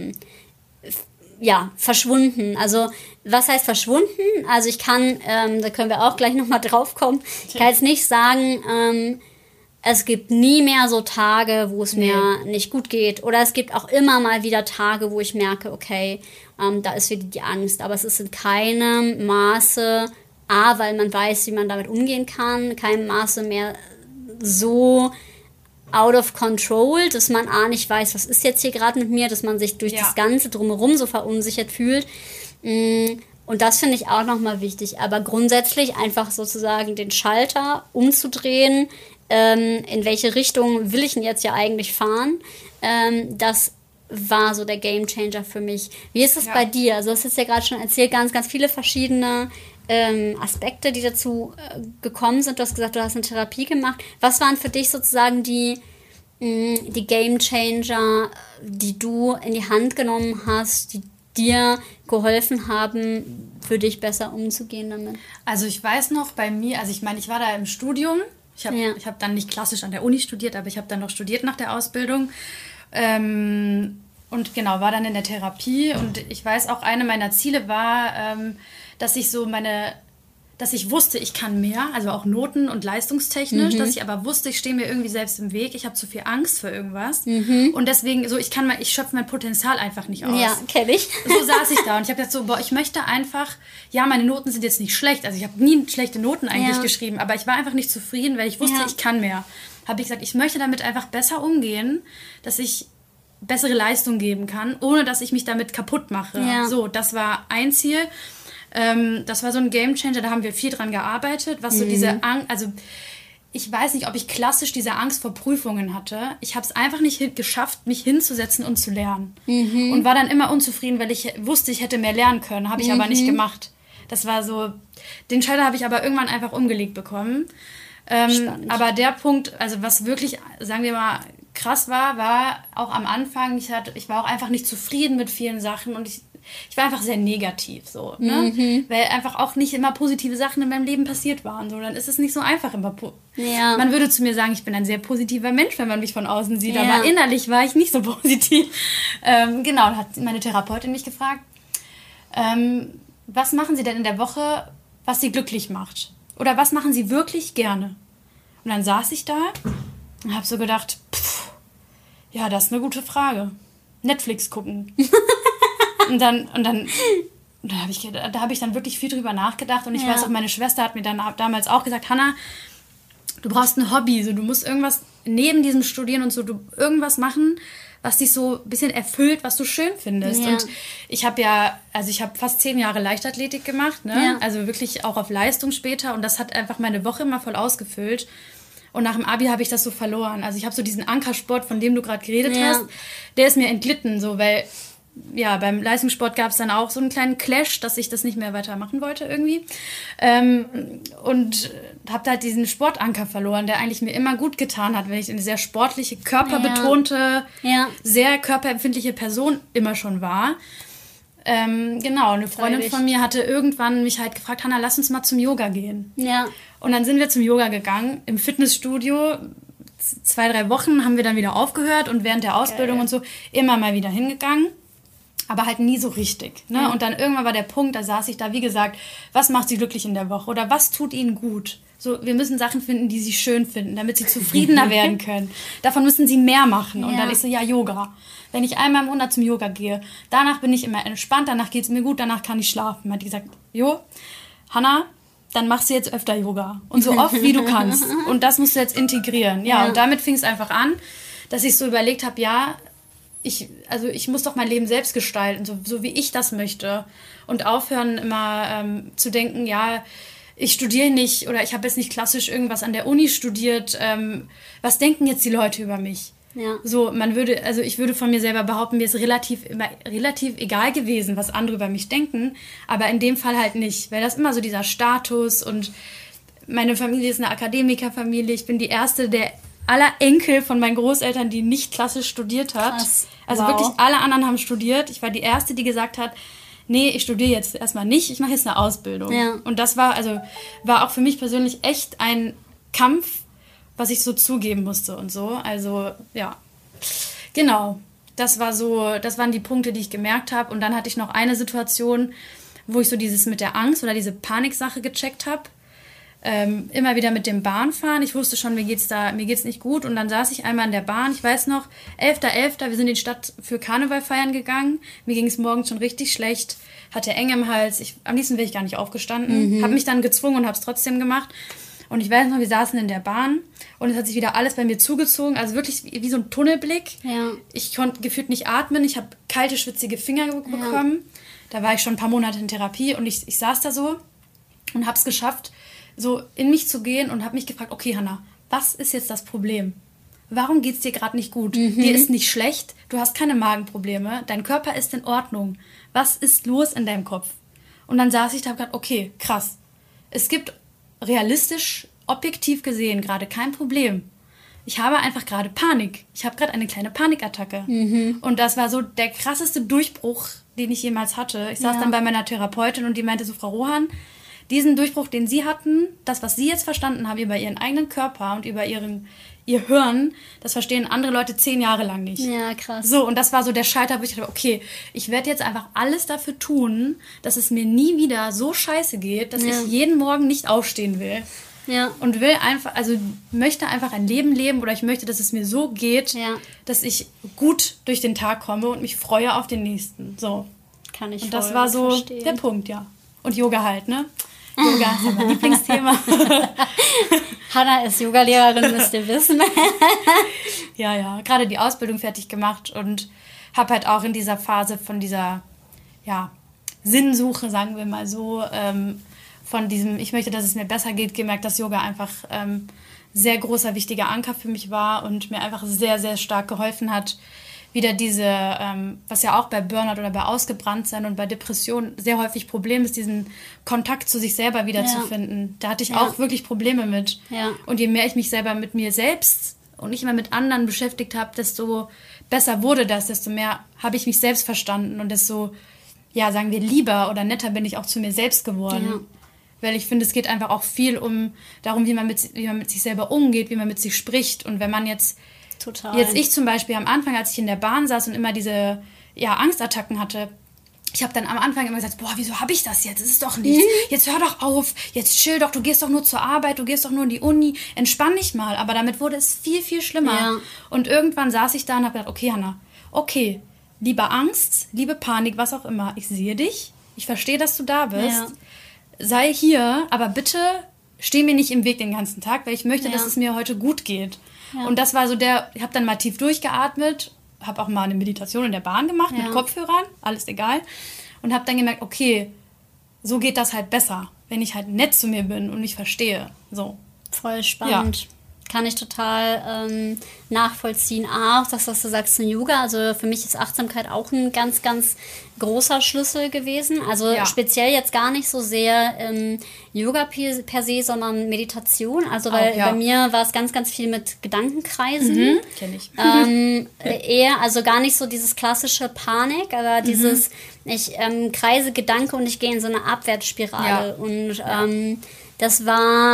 verschwunden. Also was heißt verschwunden? Also ich kann, da können wir auch gleich nochmal drauf kommen, ich kann jetzt nicht sagen, es gibt nie mehr so Tage, wo es mir nicht gut geht. Oder es gibt auch immer mal wieder Tage, wo ich merke, okay, da ist wieder die Angst. Aber es ist in keinem Maße, weil man weiß, wie man damit umgehen kann, keinem Maße mehr so out of control, dass man nicht weiß, was ist jetzt hier gerade mit mir, dass man sich durch das Ganze drumherum so verunsichert fühlt. Und das finde ich auch nochmal wichtig. Aber grundsätzlich einfach sozusagen den Schalter umzudrehen, in welche Richtung will ich denn jetzt ja eigentlich fahren, das war so der Gamechanger für mich. Wie ist es bei dir? Also du hast jetzt ja gerade schon erzählt, ganz, ganz viele verschiedene Aspekte, die dazu gekommen sind. Du hast gesagt, du hast eine Therapie gemacht. Was waren für dich sozusagen die Gamechanger, die du in die Hand genommen hast, die dir geholfen haben, für dich besser umzugehen damit? Also ich weiß noch bei mir, also ich meine, ich war da im Studium. Ich hab dann nicht klassisch an der Uni studiert, aber ich habe dann noch studiert nach der Ausbildung. Und genau, war dann in der Therapie. Und ich weiß auch, eine meiner Ziele war, dass ich wusste, ich kann mehr, also auch noten- und leistungstechnisch, dass ich aber wusste, ich stehe mir irgendwie selbst im Weg, ich habe zu viel Angst vor irgendwas und deswegen so, ich schöpfe mein Potenzial einfach nicht aus. Ja, kenne ich. So saß ich da und ich habe jetzt so, ich möchte einfach, meine Noten sind jetzt nicht schlecht, also ich habe nie schlechte Noten eigentlich geschrieben, aber ich war einfach nicht zufrieden, weil ich wusste, ich kann mehr. Habe ich gesagt, ich möchte damit einfach besser umgehen, dass ich bessere Leistung geben kann, ohne dass ich mich damit kaputt mache. Ja. So, das war ein Ziel. Das war so ein Gamechanger, da haben wir viel dran gearbeitet, was so diese Angst, also ich weiß nicht, ob ich klassisch diese Angst vor Prüfungen hatte. Ich habe es einfach nicht geschafft, mich hinzusetzen und zu lernen. Und war dann immer unzufrieden, weil ich wusste, ich hätte mehr lernen können, habe ich aber nicht gemacht. Das war so, den Schalter habe ich aber irgendwann einfach umgelegt bekommen. Aber der Punkt, also was wirklich, sagen wir mal, krass war auch am Anfang, ich war auch einfach nicht zufrieden mit vielen Sachen und ich war einfach sehr negativ, so, ne? Weil einfach auch nicht immer positive Sachen in meinem Leben passiert waren, so, dann ist es nicht so einfach immer. Man würde zu mir sagen, ich bin ein sehr positiver Mensch, wenn man mich von außen sieht, aber innerlich war ich nicht so positiv. Genau, hat meine Therapeutin mich gefragt, was machen Sie denn in der Woche, was Sie glücklich macht? Oder was machen Sie wirklich gerne? Und dann saß ich da und habe so gedacht, das ist eine gute Frage. Netflix gucken. Und dann habe ich dann wirklich viel drüber nachgedacht und ich weiß auch, meine Schwester hat mir dann damals auch gesagt, Hannah, du brauchst ein Hobby, so, du musst irgendwas neben diesem Studieren und so, irgendwas machen, was dich so ein bisschen erfüllt, was du schön findest. Und ich habe fast 10 Jahre Leichtathletik gemacht, ne? Ja. Also wirklich auch auf Leistung später und das hat einfach meine Woche immer voll ausgefüllt. Und nach dem Abi habe ich das so verloren. Also ich habe so diesen Ankersport, von dem du gerade geredet hast, der ist mir entglitten, so, weil beim Leistungssport gab es dann auch so einen kleinen Clash, dass ich das nicht mehr weitermachen wollte irgendwie. Und habe halt diesen Sportanker verloren, der eigentlich mir immer gut getan hat, weil ich eine sehr sportliche, körperbetonte, sehr körperempfindliche Person immer schon war. Genau, eine Freundin von mir hatte irgendwann mich halt gefragt, Hannah, lass uns mal zum Yoga gehen. Ja. Und dann sind wir zum Yoga gegangen, im Fitnessstudio, 2-3 Wochen haben wir dann wieder aufgehört und während der Ausbildung und so immer mal wieder hingegangen. Aber halt nie so richtig. Ne? Ja. Und dann irgendwann war der Punkt, da saß ich da, wie gesagt, was macht sie glücklich in der Woche? Oder was tut ihnen gut? So, wir müssen Sachen finden, die sie schön finden, damit sie zufriedener werden können. Davon müssen sie mehr machen. Und dann ist so, ja, Yoga. Wenn ich einmal im Monat zum Yoga gehe, danach bin ich immer entspannt, danach geht's mir gut, danach kann ich schlafen. Hat die gesagt, jo, Hannah, dann machst du jetzt öfter Yoga. Und so oft, wie du kannst. Und das musst du jetzt integrieren. Ja, und damit fing es einfach an, dass ich so überlegt habe, ja, ich muss doch mein Leben selbst gestalten, so wie ich das möchte. Und aufhören immer zu denken, ja, ich studiere nicht oder ich habe jetzt nicht klassisch irgendwas an der Uni studiert. Was denken jetzt die Leute über mich? Ja. So, ich würde von mir selber behaupten, mir ist relativ egal gewesen, was andere über mich denken. Aber in dem Fall halt nicht, weil das immer so dieser Status und meine Familie ist eine Akademikerfamilie. Ich bin die erste der aller Enkel von meinen Großeltern, die nicht klassisch studiert hat. Krass. Also wirklich alle anderen haben studiert. Ich war die Erste, die gesagt hat, nee, ich studiere jetzt erstmal nicht, ich mache jetzt eine Ausbildung. Ja. Und das war auch für mich persönlich echt ein Kampf, was ich so zugeben musste und so. Also, ja. Genau. Das waren die Punkte, die ich gemerkt habe. Und dann hatte ich noch eine Situation, wo ich so dieses mit der Angst oder diese Paniksache gecheckt habe. Immer wieder mit dem Bahnfahren. Ich wusste schon, mir geht's nicht gut. Und dann saß ich einmal in der Bahn. Ich weiß noch, 11.11., wir sind in die Stadt für Karneval feiern gegangen. Mir ging es morgens schon richtig schlecht. Hatte eng im Hals. Am liebsten wäre ich gar nicht aufgestanden. Habe mich dann gezwungen und habe es trotzdem gemacht. Und ich weiß noch, wir saßen in der Bahn und es hat sich wieder alles bei mir zugezogen. Also wirklich wie so ein Tunnelblick. Ja. Ich konnte gefühlt nicht atmen. Ich habe kalte, schwitzige Finger bekommen. Da war ich schon ein paar Monate in Therapie und ich saß da so und habe es geschafft, so in mich zu gehen und habe mich gefragt, okay, Hannah, was ist jetzt das Problem? Warum geht's dir gerade nicht gut? Dir ist nicht schlecht, du hast keine Magenprobleme, dein Körper ist in Ordnung. Was ist los in deinem Kopf? Und dann saß ich da und hab gedacht, okay, krass. Es gibt realistisch, objektiv gesehen gerade kein Problem. Ich habe einfach gerade Panik. Ich habe gerade eine kleine Panikattacke. Und das war so der krasseste Durchbruch, den ich jemals hatte. Ich saß dann bei meiner Therapeutin und die meinte so, Frau Rohan, diesen Durchbruch, den Sie hatten, das, was Sie jetzt verstanden haben über Ihren eigenen Körper und über Ihr Hirn, das verstehen andere Leute 10 Jahre lang nicht. Ja, krass. So, und das war so der Scheiter, wo ich dachte, okay, ich werde jetzt einfach alles dafür tun, dass es mir nie wieder so scheiße geht, dass ich jeden Morgen nicht aufstehen will. Ja. Und möchte einfach ein Leben leben oder ich möchte, dass es mir so geht, dass ich gut durch den Tag komme und mich freue auf den nächsten. So. Kann ich Und das war so verstehen. Der Punkt, ja. Und Yoga halt, ne? Yoga ist ja mein Lieblingsthema. Hannah ist Yogalehrerin, müsst ihr wissen. Ja, gerade die Ausbildung fertig gemacht und habe halt auch in dieser Phase von dieser Sinnsuche, sagen wir mal so, von diesem, ich möchte, dass es mir besser geht, gemerkt, dass Yoga einfach sehr großer, wichtiger Anker für mich war und mir einfach sehr, sehr stark geholfen hat, wieder diese, was ja auch bei Burnout oder bei Ausgebranntsein und bei Depressionen sehr häufig Problem ist, diesen Kontakt zu sich selber wiederzufinden. Da hatte ich auch wirklich Probleme mit. Ja. Und je mehr ich mich selber mit mir selbst und nicht immer mit anderen beschäftigt habe, desto besser wurde das, desto mehr habe ich mich selbst verstanden und desto, sagen wir, lieber oder netter bin ich auch zu mir selbst geworden. Ja. Weil ich finde, es geht einfach auch viel darum, wie man mit sich selber umgeht, wie man mit sich spricht. Und wenn man jetzt ich zum Beispiel am Anfang, als ich in der Bahn saß und immer diese Angstattacken hatte, ich habe dann am Anfang immer gesagt, boah, wieso habe ich das jetzt? Das ist doch nichts. Jetzt hör doch auf, jetzt chill doch, du gehst doch nur zur Arbeit, du gehst doch nur in die Uni, entspann dich mal. Aber damit wurde es viel, viel schlimmer. Ja. Und irgendwann saß ich da und habe gedacht, okay, Hannah, okay, liebe Angst, liebe Panik, was auch immer, ich sehe dich, ich verstehe, dass du da bist, sei hier, aber bitte steh mir nicht im Weg den ganzen Tag, weil ich möchte, dass es mir heute gut geht. Ja. Und das war so ich habe dann mal tief durchgeatmet, habe auch mal eine Meditation in der Bahn gemacht mit Kopfhörern, alles egal. Und habe dann gemerkt, okay, so geht das halt besser, wenn ich halt nett zu mir bin und mich verstehe. So. Voll spannend. Ja. Kann ich total nachvollziehen. Auch das, was du sagst zum Yoga. Also für mich ist Achtsamkeit auch ein ganz, ganz großer Schlüssel gewesen. Also speziell jetzt gar nicht so sehr Yoga per se, sondern Meditation. Also weil bei mir war es ganz, ganz viel mit Gedankenkreisen. Kenn ich. Eher, also gar nicht so dieses klassische Panik, aber dieses, ich kreise Gedanke und ich gehe in so eine Abwärtsspirale. Und das war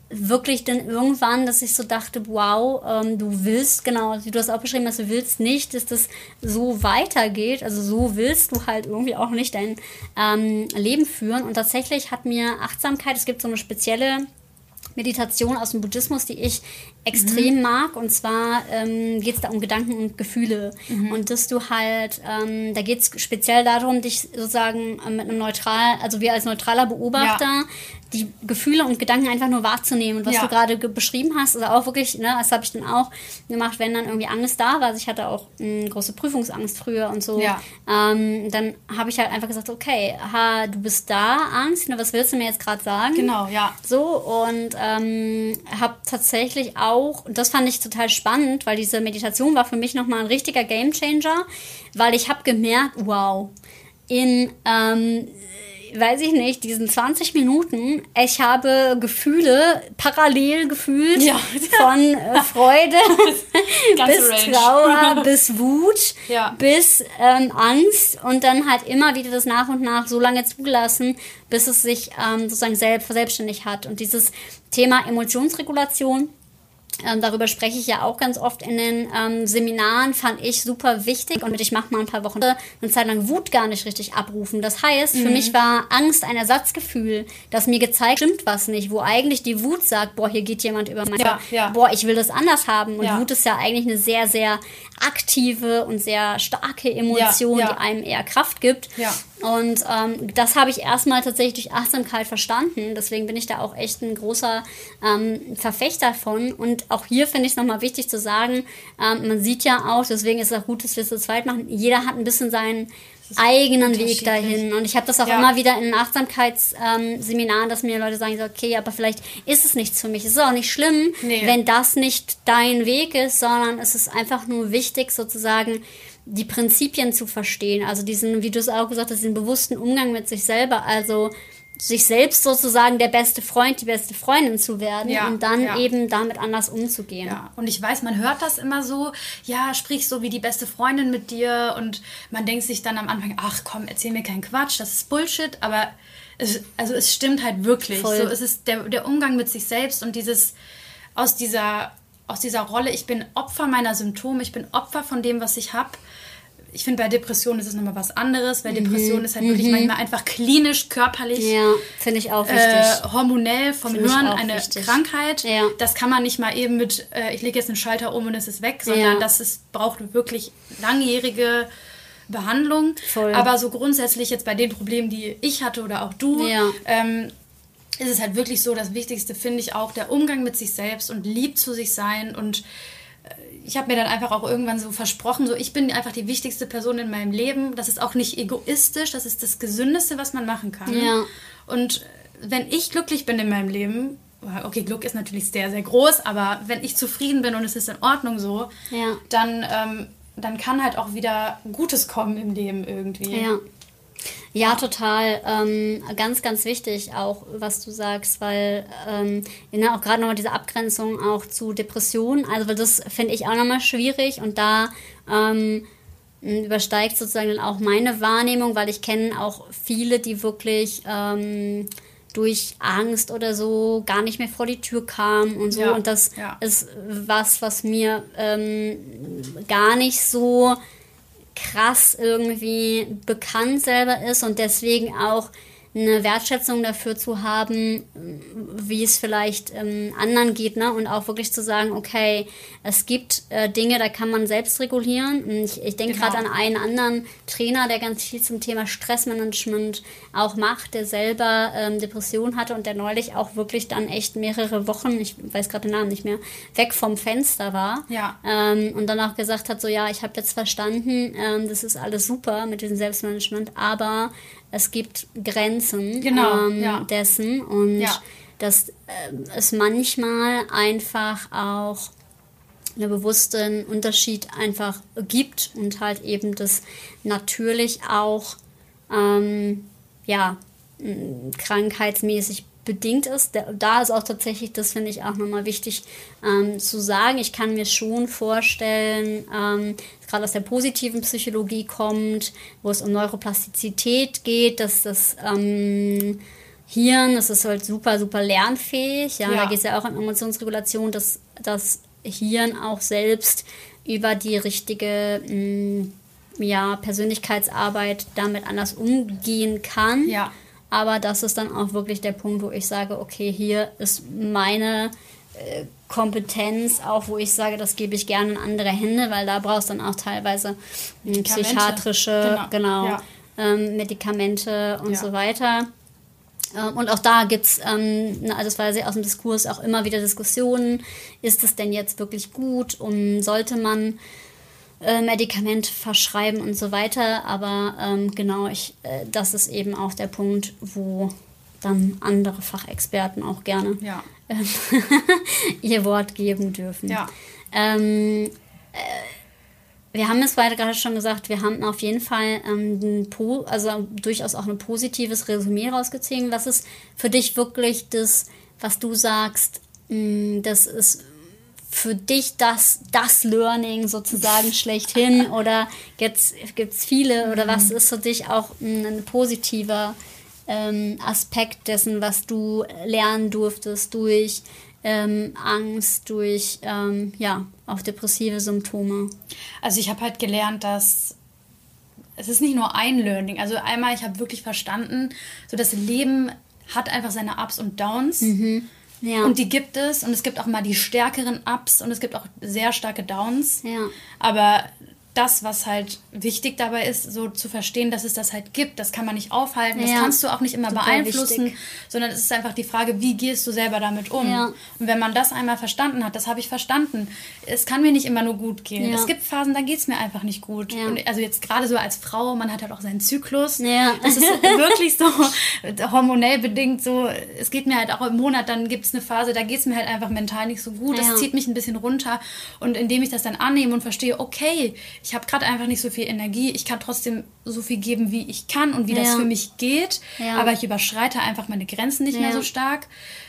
wirklich dann irgendwann, dass ich so dachte, wow, du willst, genau, wie du das auch beschrieben hast, du willst nicht, dass das so weitergeht, also so willst du halt irgendwie auch nicht dein Leben führen. Und tatsächlich hat mir Achtsamkeit, es gibt so eine spezielle Meditation aus dem Buddhismus, die ich extrem mag, und zwar geht es da um Gedanken und Gefühle und dass du halt, da geht es speziell darum, dich sozusagen mit einem also wir als neutraler Beobachter, die Gefühle und Gedanken einfach nur wahrzunehmen. Und was du gerade beschrieben hast, ist auch wirklich, ne, das habe ich dann auch gemacht, wenn dann irgendwie Angst da war. Also ich hatte auch große Prüfungsangst früher und so. Ja. Dann habe ich halt einfach gesagt, okay, du bist da, Angst, ne, was willst du mir jetzt gerade sagen? Genau, ja. So, und habe tatsächlich auch, und das fand ich total spannend, weil diese Meditation war für mich nochmal ein richtiger Gamechanger, weil ich habe gemerkt, wow, in weiß ich nicht, diesen 20 Minuten, ich habe Gefühle parallel gefühlt, von Freude bis Trauer, bis Wut, bis Angst, und dann halt immer wieder das nach und nach so lange zugelassen, bis es sich sozusagen verselbstständigt hat. Und dieses Thema Emotionsregulation, darüber spreche ich ja auch ganz oft in den Seminaren, fand ich super wichtig, und ich mache mal ein paar Wochen eine Zeit lang Wut gar nicht richtig abrufen. Das heißt, für mich war Angst ein Ersatzgefühl, das mir gezeigt, stimmt was nicht, wo eigentlich die Wut sagt, boah, hier geht jemand über mein boah, ich will das anders haben. Und Wut ist ja eigentlich eine sehr, sehr aktive und sehr starke Emotion, die einem eher Kraft gibt. Ja. Und das habe ich erstmal tatsächlich durch Achtsamkeit verstanden. Deswegen bin ich da auch echt ein großer Verfechter von. Und auch hier finde ich es nochmal wichtig zu sagen, man sieht ja auch, deswegen ist es auch gut, dass wir es zu zweit machen, jeder hat ein bisschen seinen eigenen Weg dahin. Und ich habe das auch immer wieder in Achtsamkeitsseminaren, dass mir Leute sagen, okay, aber vielleicht ist es nichts für mich. Es ist auch nicht schlimm, wenn das nicht dein Weg ist, sondern es ist einfach nur wichtig, sozusagen die Prinzipien zu verstehen. Also diesen, wie du es auch gesagt hast, diesen bewussten Umgang mit sich selber. Also sich selbst sozusagen der beste Freund, die beste Freundin zu werden und dann eben damit anders umzugehen. Ja, und ich weiß, man hört das immer so, sprich so wie die beste Freundin mit dir, und man denkt sich dann am Anfang, ach komm, erzähl mir keinen Quatsch, das ist Bullshit, aber es stimmt halt wirklich. Voll. So, es ist der Umgang mit sich selbst und dieses aus dieser Rolle, ich bin Opfer meiner Symptome, ich bin Opfer von dem, was ich habe. Ich finde, bei Depressionen ist es nochmal was anderes, weil Depression ist halt wirklich manchmal einfach klinisch, körperlich. Ja, finde ich auch wichtig. Hormonell, vom Hirn eine Krankheit. Ja. Das kann man nicht mal eben mit, ich lege jetzt einen Schalter um und es ist weg, sondern braucht wirklich langjährige Behandlung. Voll. Aber so grundsätzlich jetzt bei den Problemen, die ich hatte oder auch du, ist es halt wirklich so, das Wichtigste finde ich auch, der Umgang mit sich selbst und lieb zu sich sein. Und ich habe mir dann einfach auch irgendwann so versprochen, so ich bin einfach die wichtigste Person in meinem Leben. Das ist auch nicht egoistisch, das ist das Gesündeste, was man machen kann. Ja. Und wenn ich glücklich bin in meinem Leben, okay, Glück ist natürlich sehr, sehr groß, aber wenn ich zufrieden bin und es ist in Ordnung so, dann kann halt auch wieder Gutes kommen im Leben irgendwie. Ja, total. Ganz, ganz wichtig auch, was du sagst, weil auch gerade nochmal diese Abgrenzung auch zu Depressionen, also weil das finde ich auch nochmal schwierig, und da übersteigt sozusagen dann auch meine Wahrnehmung, weil ich kenne auch viele, die wirklich durch Angst oder so gar nicht mehr vor die Tür kamen und so. Ja, und das ist was mir gar nicht so krass irgendwie bekannt selber ist, und deswegen auch eine Wertschätzung dafür zu haben, wie es vielleicht anderen geht, ne? Und auch wirklich zu sagen, okay, es gibt Dinge, da kann man selbst regulieren. Ich denke gerade an einen anderen Trainer, der ganz viel zum Thema Stressmanagement auch macht, der selber Depressionen hatte und der neulich auch wirklich dann echt mehrere Wochen, ich weiß gerade den Namen nicht mehr, weg vom Fenster war. Ja. Und dann auch gesagt hat, so ich habe jetzt verstanden, das ist alles super mit diesem Selbstmanagement, aber es gibt Grenzen dessen, und dass es manchmal einfach auch einen bewussten Unterschied einfach gibt und halt eben das natürlich auch krankheitsmäßig bedingt ist. Da ist auch tatsächlich, das finde ich auch nochmal wichtig zu sagen, ich kann mir schon vorstellen, gerade aus der positiven Psychologie kommt, wo es um Neuroplastizität geht, dass das Hirn, das ist halt super, super lernfähig. Ja. Da geht es ja auch um Emotionsregulation, dass das Hirn auch selbst über die richtige Persönlichkeitsarbeit damit anders umgehen kann. Ja. Aber das ist dann auch wirklich der Punkt, wo ich sage, okay, hier ist meine Kompetenz, auch wo ich sage, das gebe ich gerne in andere Hände, weil da brauchst du dann auch teilweise psychiatrische Medikamente und so weiter. Und auch da gibt es, das war ja aus dem Diskurs auch immer wieder Diskussionen, ist es denn jetzt wirklich gut und sollte man Medikamente verschreiben und so weiter, aber das ist eben auch der Punkt, wo dann andere Fachexperten auch gerne ihr Wort geben dürfen. Ja. Wir haben es beide gerade schon gesagt, wir haben auf jeden Fall durchaus auch ein positives Resümee rausgezogen. Was ist für dich wirklich das, was du sagst, das ist für dich das Learning sozusagen schlechthin, oder gibt's viele, oder was ist für dich auch ein positiver Aspekt dessen, was du lernen durftest durch Angst, durch auch depressive Symptome? Also ich habe halt gelernt, dass es ist nicht nur ein Learning. Also einmal, ich habe wirklich verstanden, so das Leben hat einfach seine Ups und Downs. Mhm. Ja. Und die gibt es. Und es gibt auch mal die stärkeren Ups und es gibt auch sehr starke Downs. Ja. Aber das, was halt wichtig dabei ist, so zu verstehen, dass es das halt gibt, das kann man nicht aufhalten, das kannst du auch nicht immer super beeinflussen, wichtig. Sondern es ist einfach die Frage, wie gehst du selber damit um? Ja. Und wenn man das einmal verstanden hat, das habe ich verstanden, es kann mir nicht immer nur gut gehen. Ja. Es gibt Phasen, da geht es mir einfach nicht gut. Ja. Und also jetzt gerade so als Frau, man hat halt auch seinen Zyklus. Ja. Das ist wirklich so hormonell bedingt so, es geht mir halt auch im Monat, dann gibt es eine Phase, da geht es mir halt einfach mental nicht so gut, das zieht mich ein bisschen runter. Und indem ich das dann annehme und verstehe, okay, ich habe gerade einfach nicht so viel Energie, ich kann trotzdem so viel geben, wie ich kann und wie das für mich geht, aber ich überschreite einfach meine Grenzen nicht mehr so stark.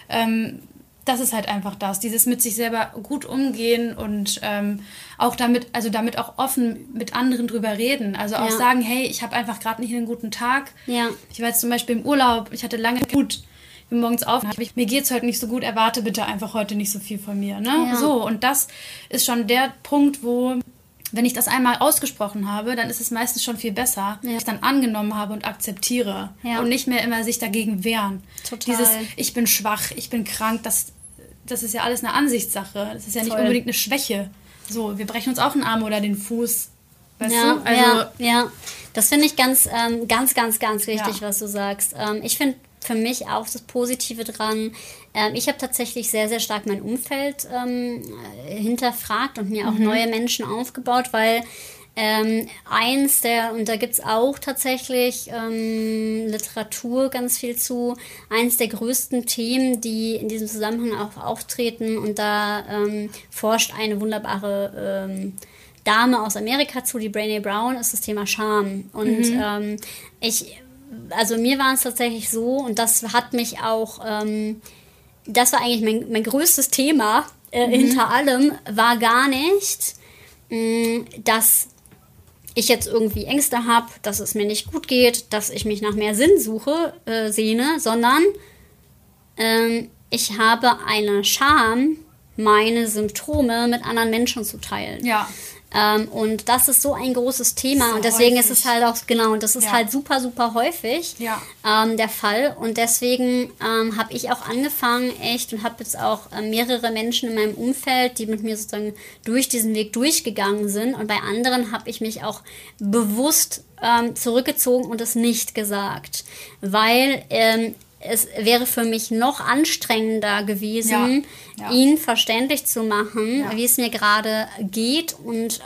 Das ist halt einfach das, dieses mit sich selber gut umgehen und auch damit auch offen mit anderen drüber reden. Also auch sagen, hey, ich habe einfach gerade nicht einen guten Tag. Ja. Ich war jetzt zum Beispiel im Urlaub, ich hatte lange gut. Ich bin morgens auf, mir geht's heute nicht so gut, erwarte bitte einfach heute nicht so viel von mir. Ne? Ja. So, und das ist schon der Punkt, wo, wenn ich das einmal ausgesprochen habe, dann ist es meistens schon viel besser, wenn ich dann angenommen habe und akzeptiere und nicht mehr immer sich dagegen wehren. Total. Dieses, ich bin schwach, ich bin krank, das ist ja alles eine Ansichtssache. Das ist ja nicht unbedingt eine Schwäche. So, wir brechen uns auch einen Arm oder den Fuß. Weißt du? Also, das finde ich ganz wichtig, was du sagst. Ich finde für mich auch das Positive dran. Ich habe tatsächlich sehr, sehr stark mein Umfeld hinterfragt und mir auch neue Menschen aufgebaut, weil und da gibt es auch tatsächlich Literatur ganz viel zu, eins der größten Themen, die in diesem Zusammenhang auch auftreten, und da forscht eine wunderbare Dame aus Amerika zu, die Brené Brown, ist das Thema Scham. Und mir war es tatsächlich so, und das hat mich auch, das war eigentlich mein größtes Thema hinter allem, war gar nicht, dass ich jetzt irgendwie Ängste habe, dass es mir nicht gut geht, dass ich mich nach mehr Sinn sehne, sondern ich habe eine Scham, meine Symptome mit anderen Menschen zu teilen. Ja. Und das ist so ein großes Thema, so und deswegen häufig. Ist es halt auch, und das ist halt super, super häufig der Fall, und deswegen habe ich auch angefangen, und habe jetzt auch mehrere Menschen in meinem Umfeld, die mit mir sozusagen durch diesen Weg durchgegangen sind, und bei anderen habe ich mich auch bewusst zurückgezogen und es nicht gesagt, weil es wäre für mich noch anstrengender gewesen, ihn verständlich zu machen, wie es mir gerade geht, und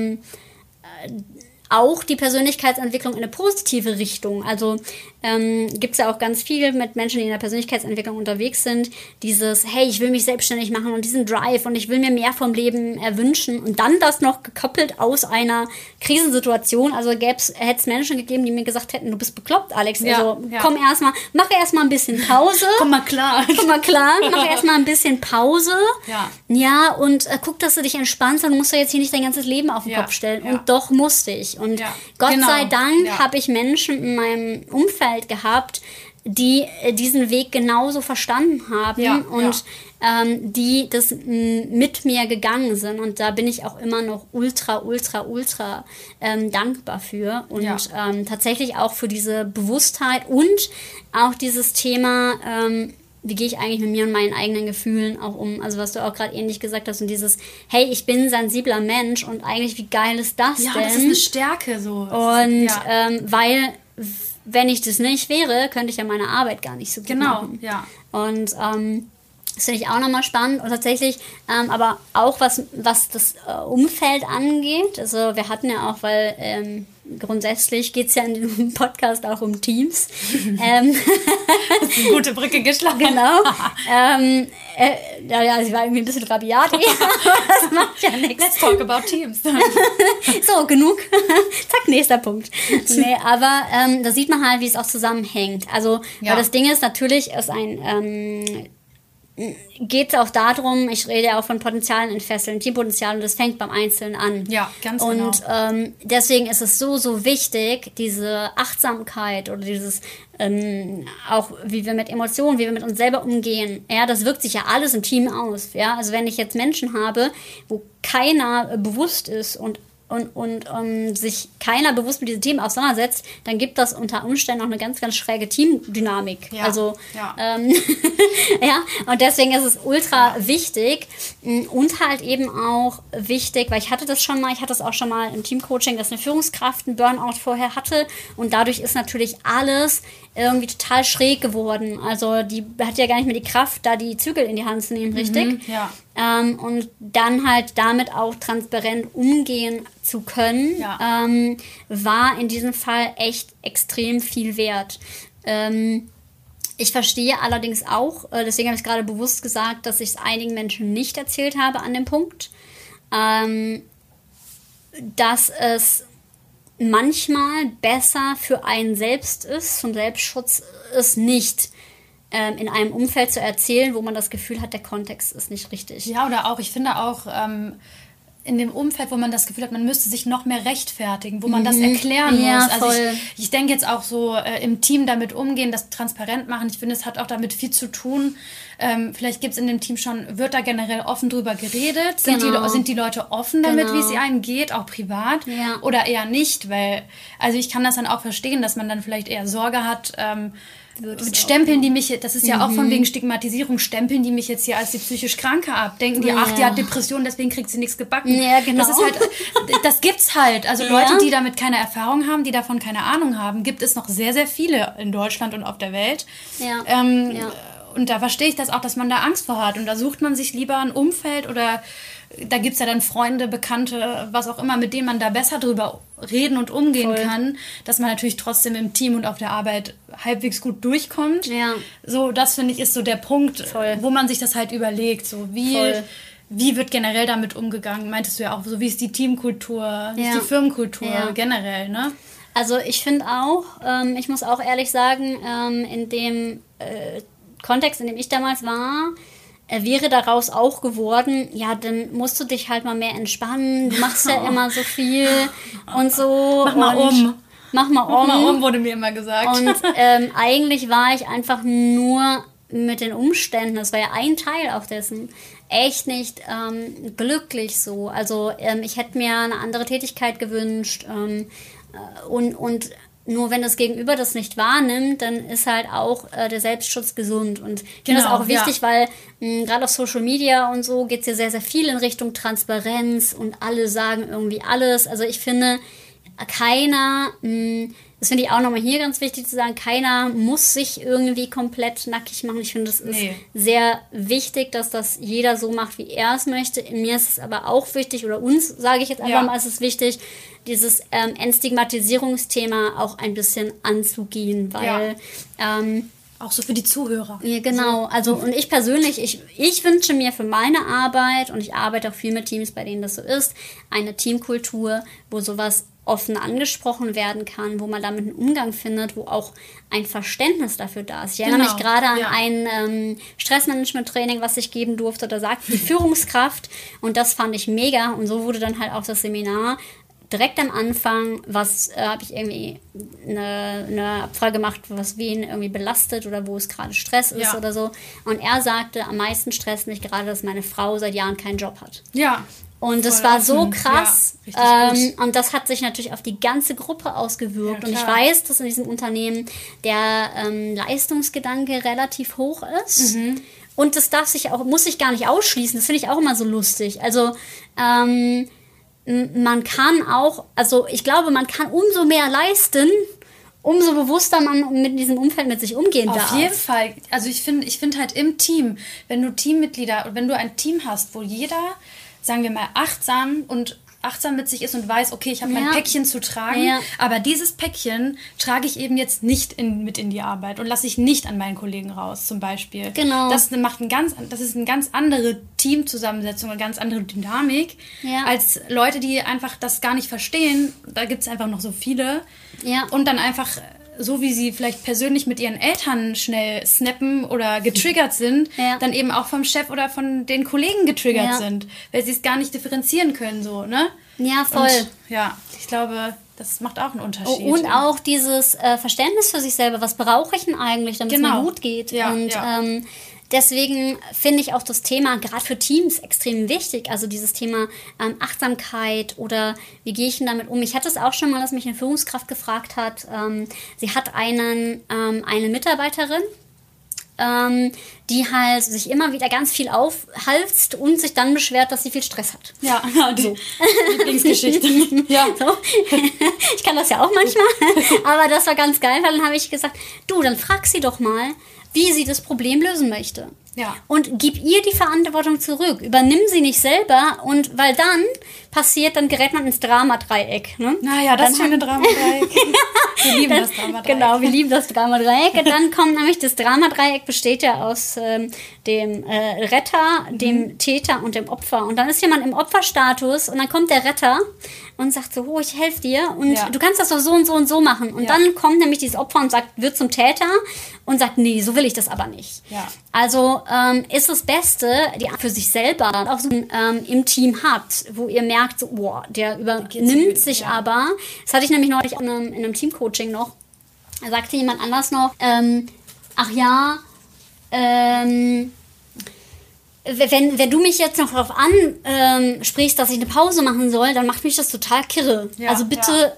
auch die Persönlichkeitsentwicklung in eine positive Richtung. Also gibt es ja auch ganz viel mit Menschen, die in der Persönlichkeitsentwicklung unterwegs sind, dieses, hey, ich will mich selbstständig machen, und diesen Drive, und ich will mir mehr vom Leben erwünschen, und dann das noch gekoppelt aus einer Krisensituation. Also hätte es Menschen gegeben, die mir gesagt hätten, du bist bekloppt, Alex, komm erstmal, mach erstmal ein bisschen Pause. Komm mal klar, mach erstmal ein bisschen Pause. Und guck, dass du dich entspannst, und du musst ja jetzt hier nicht dein ganzes Leben auf den Kopf stellen. Und doch musste ich. Und Gott sei Dank habe ich Menschen in meinem Umfeld gehabt, die diesen Weg genauso verstanden haben und die das mit mir gegangen sind. Und da bin ich auch immer noch ultra dankbar für. Und tatsächlich auch für diese Bewusstheit und auch dieses Thema, wie gehe ich eigentlich mit mir und meinen eigenen Gefühlen auch um? Also was du auch gerade ähnlich gesagt hast und dieses, hey, ich bin ein sensibler Mensch und eigentlich, wie geil ist das denn? Ja, das ist eine Stärke so. Und weil, wenn ich das nicht wäre, könnte ich ja meine Arbeit gar nicht so gut machen. Und das finde ich auch nochmal spannend und tatsächlich, aber auch was das Umfeld angeht, also wir hatten ja auch, weil grundsätzlich geht es ja in diesem Podcast auch um Teams. Eine gute Brücke geschlagen. Genau. Sie war irgendwie ein bisschen rabiat. Das macht ja nichts. Let's talk about Teams. So, genug. Zack, nächster Punkt. Nee, aber da sieht man halt, wie es auch zusammenhängt. Also, weil das Ding ist, natürlich ist geht es auch darum, ich rede ja auch von Potenzialen entfesseln, Teampotenzial, und das fängt beim Einzelnen an. Ja, ganz genau. Und deswegen ist es so wichtig, diese Achtsamkeit oder dieses auch, wie wir mit Emotionen, wie wir mit uns selber umgehen. Ja, das wirkt sich ja alles im Team aus. Ja, also wenn ich jetzt Menschen habe, wo keiner bewusst ist und sich keiner bewusst mit diesem Team auseinandersetzt, dann gibt das unter Umständen auch eine ganz schräge Teamdynamik. Ja. Also, und deswegen ist es ultra wichtig und halt eben auch wichtig, weil ich hatte das auch schon mal im Teamcoaching, dass eine Führungskraft einen Burnout vorher hatte und dadurch ist natürlich alles irgendwie total schräg geworden. Also die hat ja gar nicht mehr die Kraft, da die Zügel in die Hand zu nehmen, richtig? Und dann halt damit auch transparent umgehen zu können, war in diesem Fall echt extrem viel wert. Ich verstehe allerdings auch, deswegen habe ich gerade bewusst gesagt, dass ich es einigen Menschen nicht erzählt habe an dem Punkt, dass es manchmal besser für einen selbst ist, zum Selbstschutz ist nicht in einem Umfeld zu erzählen, wo man das Gefühl hat, der Kontext ist nicht richtig. Ja, oder auch, ich finde auch in dem Umfeld, wo man das Gefühl hat, man müsste sich noch mehr rechtfertigen, wo man das erklären muss. Also ich denke jetzt auch so im Team damit umgehen, das transparent machen. Ich finde, es hat auch damit viel zu tun. Vielleicht gibt es in dem Team wird da generell offen drüber geredet? Sind die Leute offen damit, wie es ihnen geht, auch privat? Ja. Oder eher nicht? Weil, also ich kann das dann auch verstehen, dass man dann vielleicht eher Sorge hat, stempeln die mich, das ist ja auch von wegen Stigmatisierung, stempeln die mich jetzt hier als die psychisch Kranke ab, denken die, ach, die hat Depression, deswegen kriegt sie nichts gebacken. Ja, genau. Das ist halt, das gibt's halt. Also Leute, die damit keine Erfahrung haben, die davon keine Ahnung haben, gibt es noch sehr, sehr viele in Deutschland und auf der Welt. Und da verstehe ich das auch, dass man da Angst vor hat. Und da sucht man sich lieber ein Umfeld oder da gibt es ja dann Freunde, Bekannte, was auch immer, mit denen man da besser drüber reden und umgehen kann, dass man natürlich trotzdem im Team und auf der Arbeit halbwegs gut durchkommt. Ja. So, das finde ich ist so der Punkt, wo man sich das halt überlegt. So, wie wird generell damit umgegangen? Meintest du ja auch, so wie ist die Teamkultur, wie ist die Firmenkultur generell, ne? Also ich finde auch, ich muss auch ehrlich sagen, in dem Kontext, in dem ich damals war, wäre daraus auch geworden, ja, dann musst du dich halt mal mehr entspannen, du machst ja immer so viel und so. Mach mal um. Mach mal um, wurde mir immer gesagt. Und eigentlich war ich einfach nur mit den Umständen, das war ja ein Teil auch dessen, echt nicht glücklich so. Also ich hätte mir eine andere Tätigkeit gewünscht und nur wenn das Gegenüber das nicht wahrnimmt, dann ist halt auch der Selbstschutz gesund. Und ich finde das auch wichtig, weil gerade auf Social Media und so geht es ja sehr, sehr viel in Richtung Transparenz und alle sagen irgendwie alles. Also ich finde, keiner, das finde ich auch nochmal hier ganz wichtig zu sagen, keiner muss sich irgendwie komplett nackig machen. Ich finde, das ist sehr wichtig, dass das jeder so macht, wie er es möchte. Mir ist es aber auch wichtig, oder uns, sage ich jetzt einfach mal, ist es wichtig, dieses Entstigmatisierungsthema auch ein bisschen anzugehen, weil auch so für die Zuhörer. Ja, genau. Also und ich persönlich, ich wünsche mir für meine Arbeit, und ich arbeite auch viel mit Teams, bei denen das so ist, eine Teamkultur, wo sowas offen angesprochen werden kann, wo man damit einen Umgang findet, wo auch ein Verständnis dafür da ist. Ich erinnere mich gerade an ein Stressmanagement-Training, was ich geben durfte, da sagte die Führungskraft, und das fand ich mega, und so wurde dann halt auch das Seminar, direkt am Anfang, habe ich irgendwie eine Abfrage gemacht, was wen irgendwie belastet oder wo es gerade Stress ist oder so. Und er sagte, am meisten stresst mich gerade, dass meine Frau seit Jahren keinen Job hat. Ja. Und das war so krass. Ja, und das hat sich natürlich auf die ganze Gruppe ausgewirkt. Ja, und ich weiß, dass in diesem Unternehmen der Leistungsgedanke relativ hoch ist. Mhm. Und das muss sich gar nicht ausschließen. Das finde ich auch immer so lustig. Also, man kann auch, also ich glaube, man kann umso mehr leisten, umso bewusster man mit diesem Umfeld mit sich umgehen darf. Auf jeden Fall. Also ich finde halt im Team, wenn du ein Team hast, wo jeder, sagen wir mal, achtsam mit sich ist und weiß, okay, ich habe mein Päckchen zu tragen, aber dieses Päckchen trage ich eben jetzt nicht mit in die Arbeit und lasse ich nicht an meinen Kollegen raus, zum Beispiel. Genau. Das ist eine ganz andere Teamzusammensetzung, eine ganz andere Dynamik, als Leute, die einfach das gar nicht verstehen. Da gibt es einfach noch so viele. Ja. Und dann einfach, so wie sie vielleicht persönlich mit ihren Eltern schnell snappen oder getriggert sind, dann eben auch vom Chef oder von den Kollegen getriggert sind, weil sie es gar nicht differenzieren können, so, ne? Ja, voll. Und, ich glaube, das macht auch einen Unterschied. Und auch dieses Verständnis für sich selber, was brauche ich denn eigentlich, damit es mir gut geht? Ja, und deswegen finde ich auch das Thema gerade für Teams extrem wichtig. Also dieses Thema Achtsamkeit oder wie gehe ich denn damit um? Ich hatte es auch schon mal, dass mich eine Führungskraft gefragt hat. Sie hat eine Mitarbeiterin, die halt sich immer wieder ganz viel aufhalst und sich dann beschwert, dass sie viel Stress hat. Ja, die Lieblingsgeschichte. Ja. So. Ich kann das ja auch manchmal, aber das war ganz geil, weil dann habe ich gesagt, dann frag sie doch mal, wie sie das Problem lösen möchte. Ja. Und gib ihr die Verantwortung zurück. Übernimm sie nicht selber und weil dann gerät man ins Dramadreieck. Ne? Naja, das schöne Dramadreieck. Wir lieben das Dramadreieck. Genau, wir lieben das Dramadreieck. Dann kommt nämlich, das Dramadreieck besteht ja aus dem Retter, dem Täter und dem Opfer. Und dann ist jemand im Opferstatus und dann kommt der Retter und sagt so, ich helfe dir und du kannst das doch so und so und so machen. Und dann kommt nämlich dieses Opfer und wird zum Täter und sagt, nee, so will ich das aber nicht. Ja. Also ist das Beste, die für sich selber auch so im Team habt, wo ihr merkt, so, der übernimmt sich aber. Das hatte ich nämlich neulich in einem Teamcoaching noch. Da sagte jemand anders noch, wenn du mich jetzt noch darauf ansprichst, dass ich eine Pause machen soll, dann macht mich das total kirre. Ja, also bitte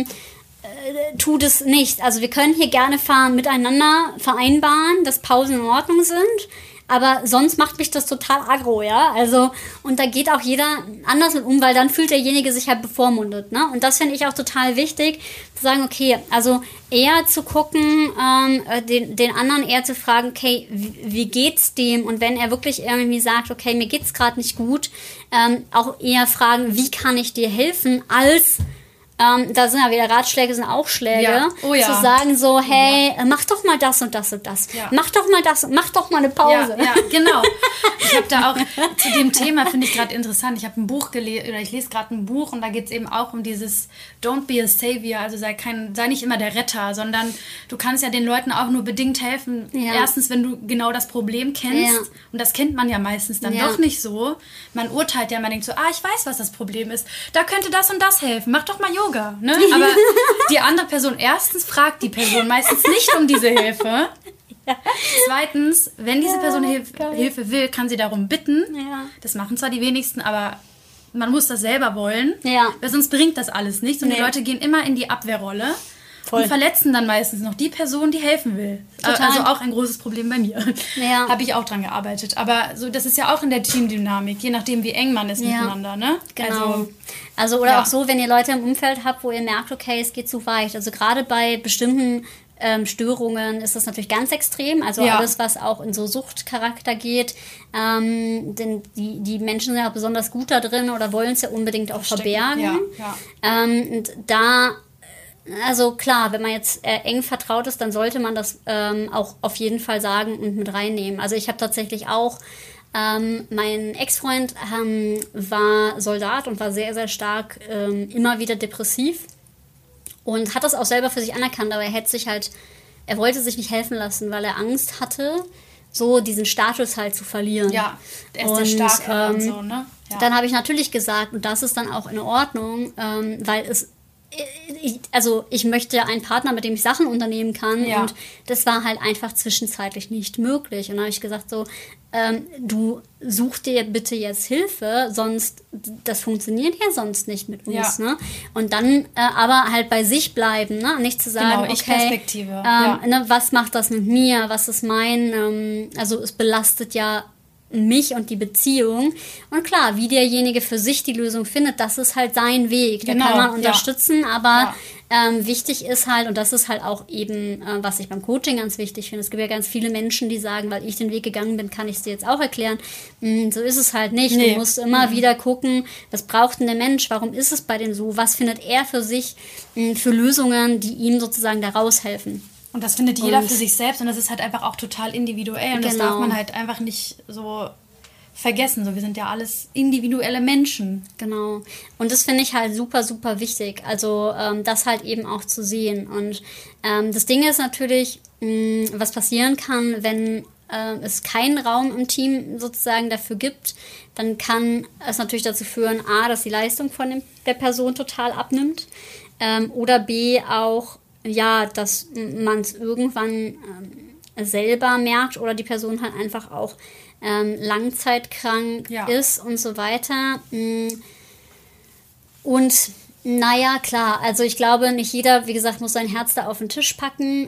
tu das nicht. Also wir können hier gerne miteinander vereinbaren, dass Pausen in Ordnung sind, aber sonst macht mich das total aggro, ja. Also, und da geht auch jeder anders mit um, weil dann fühlt derjenige sich halt bevormundet, ne? Und das finde ich auch total wichtig, zu sagen, okay, also eher zu gucken, den anderen eher zu fragen, okay, wie geht's dem? Und wenn er wirklich irgendwie sagt, okay, mir geht's gerade nicht gut, auch eher fragen, wie kann ich dir helfen, als da sind ja wieder Ratschläge, sind auch Schläge, ja. Zu sagen so, hey, mach doch mal das und das und das. Ja. Mach doch mal das und mach doch mal eine Pause. Ja, genau. Ich habe da auch zu dem Thema, finde ich gerade interessant, ich habe ein Buch gelesen, oder ich lese gerade ein Buch und da geht es eben auch um dieses Don't be a savior, also sei nicht immer der Retter, sondern du kannst ja den Leuten auch nur bedingt helfen. Ja. Erstens, wenn du genau das Problem kennst, und das kennt man ja meistens dann doch nicht so. Man urteilt ja, man denkt so, ich weiß, was das Problem ist. Da könnte das und das helfen. Mach doch mal Yoga, ne? Aber die andere Person, erstens fragt die Person meistens nicht um diese Hilfe. Ja. Zweitens, wenn diese Person Hilfe will, kann sie darum bitten. Ja. Das machen zwar die wenigsten, aber man muss das selber wollen. Ja. Weil sonst bringt das alles nichts. Und die Leute gehen immer in die Abwehrrolle. Voll. Und verletzen dann meistens noch die Person, die helfen will. Total. Also auch ein großes Problem bei mir. Ja. Habe ich auch dran gearbeitet. Aber so, das ist ja auch in der Teamdynamik, je nachdem, wie eng man ist miteinander. Ne? Genau. Also oder auch so, wenn ihr Leute im Umfeld habt, wo ihr merkt, okay, es geht zu weit. Also gerade bei bestimmten Störungen ist das natürlich ganz extrem. Also alles, was auch in so Suchtcharakter geht. Denn die Menschen sind ja auch besonders gut da drin oder wollen es ja unbedingt auch verbergen. Ja. Und da also klar, wenn man jetzt eng vertraut ist, dann sollte man das auch auf jeden Fall sagen und mit reinnehmen. Also ich habe tatsächlich auch, mein Ex-Freund war Soldat und war sehr, sehr stark immer wieder depressiv und hat das auch selber für sich anerkannt, aber er wollte sich nicht helfen lassen, weil er Angst hatte, so diesen Status halt zu verlieren. Ja, er ist der Starke und so, ne? Ja. Dann habe ich natürlich gesagt, und das ist dann auch in Ordnung, weil ich möchte einen Partner, mit dem ich Sachen unternehmen kann, und das war halt einfach zwischenzeitlich nicht möglich. Und dann habe ich gesagt so, du such dir bitte jetzt Hilfe, sonst, das funktioniert ja sonst nicht mit uns, ne? Und dann aber halt bei sich bleiben, ne? Nicht zu sagen, genau, Ich-Perspektive. Ne, was macht das mit mir, was ist mein, also es belastet ja mich und die Beziehung. Und klar, wie derjenige für sich die Lösung findet, das ist halt sein Weg. Da kann man unterstützen, aber wichtig ist halt, und das ist halt auch eben, was ich beim Coaching ganz wichtig finde, es gibt ja ganz viele Menschen, die sagen, weil ich den Weg gegangen bin, kann ich es dir jetzt auch erklären. So ist es halt nicht. Du musst immer wieder gucken, was braucht denn der Mensch, warum ist es bei dem so, was findet er für sich für Lösungen, die ihm sozusagen da raushelfen. Und das findet jeder für sich selbst, und das ist halt einfach auch total individuell, und das darf man halt einfach nicht so vergessen. So, wir sind ja alles individuelle Menschen. Genau. Und das finde ich halt super, super wichtig. Also das halt eben auch zu sehen. Und das Ding ist natürlich, was passieren kann, wenn es keinen Raum im Team sozusagen dafür gibt, dann kann es natürlich dazu führen, a, dass die Leistung von der Person total abnimmt, oder b, auch dass man es irgendwann selber merkt oder die Person halt einfach auch langzeitkrank ist und so weiter. Und naja, klar, also ich glaube, nicht jeder, wie gesagt, muss sein Herz da auf den Tisch packen.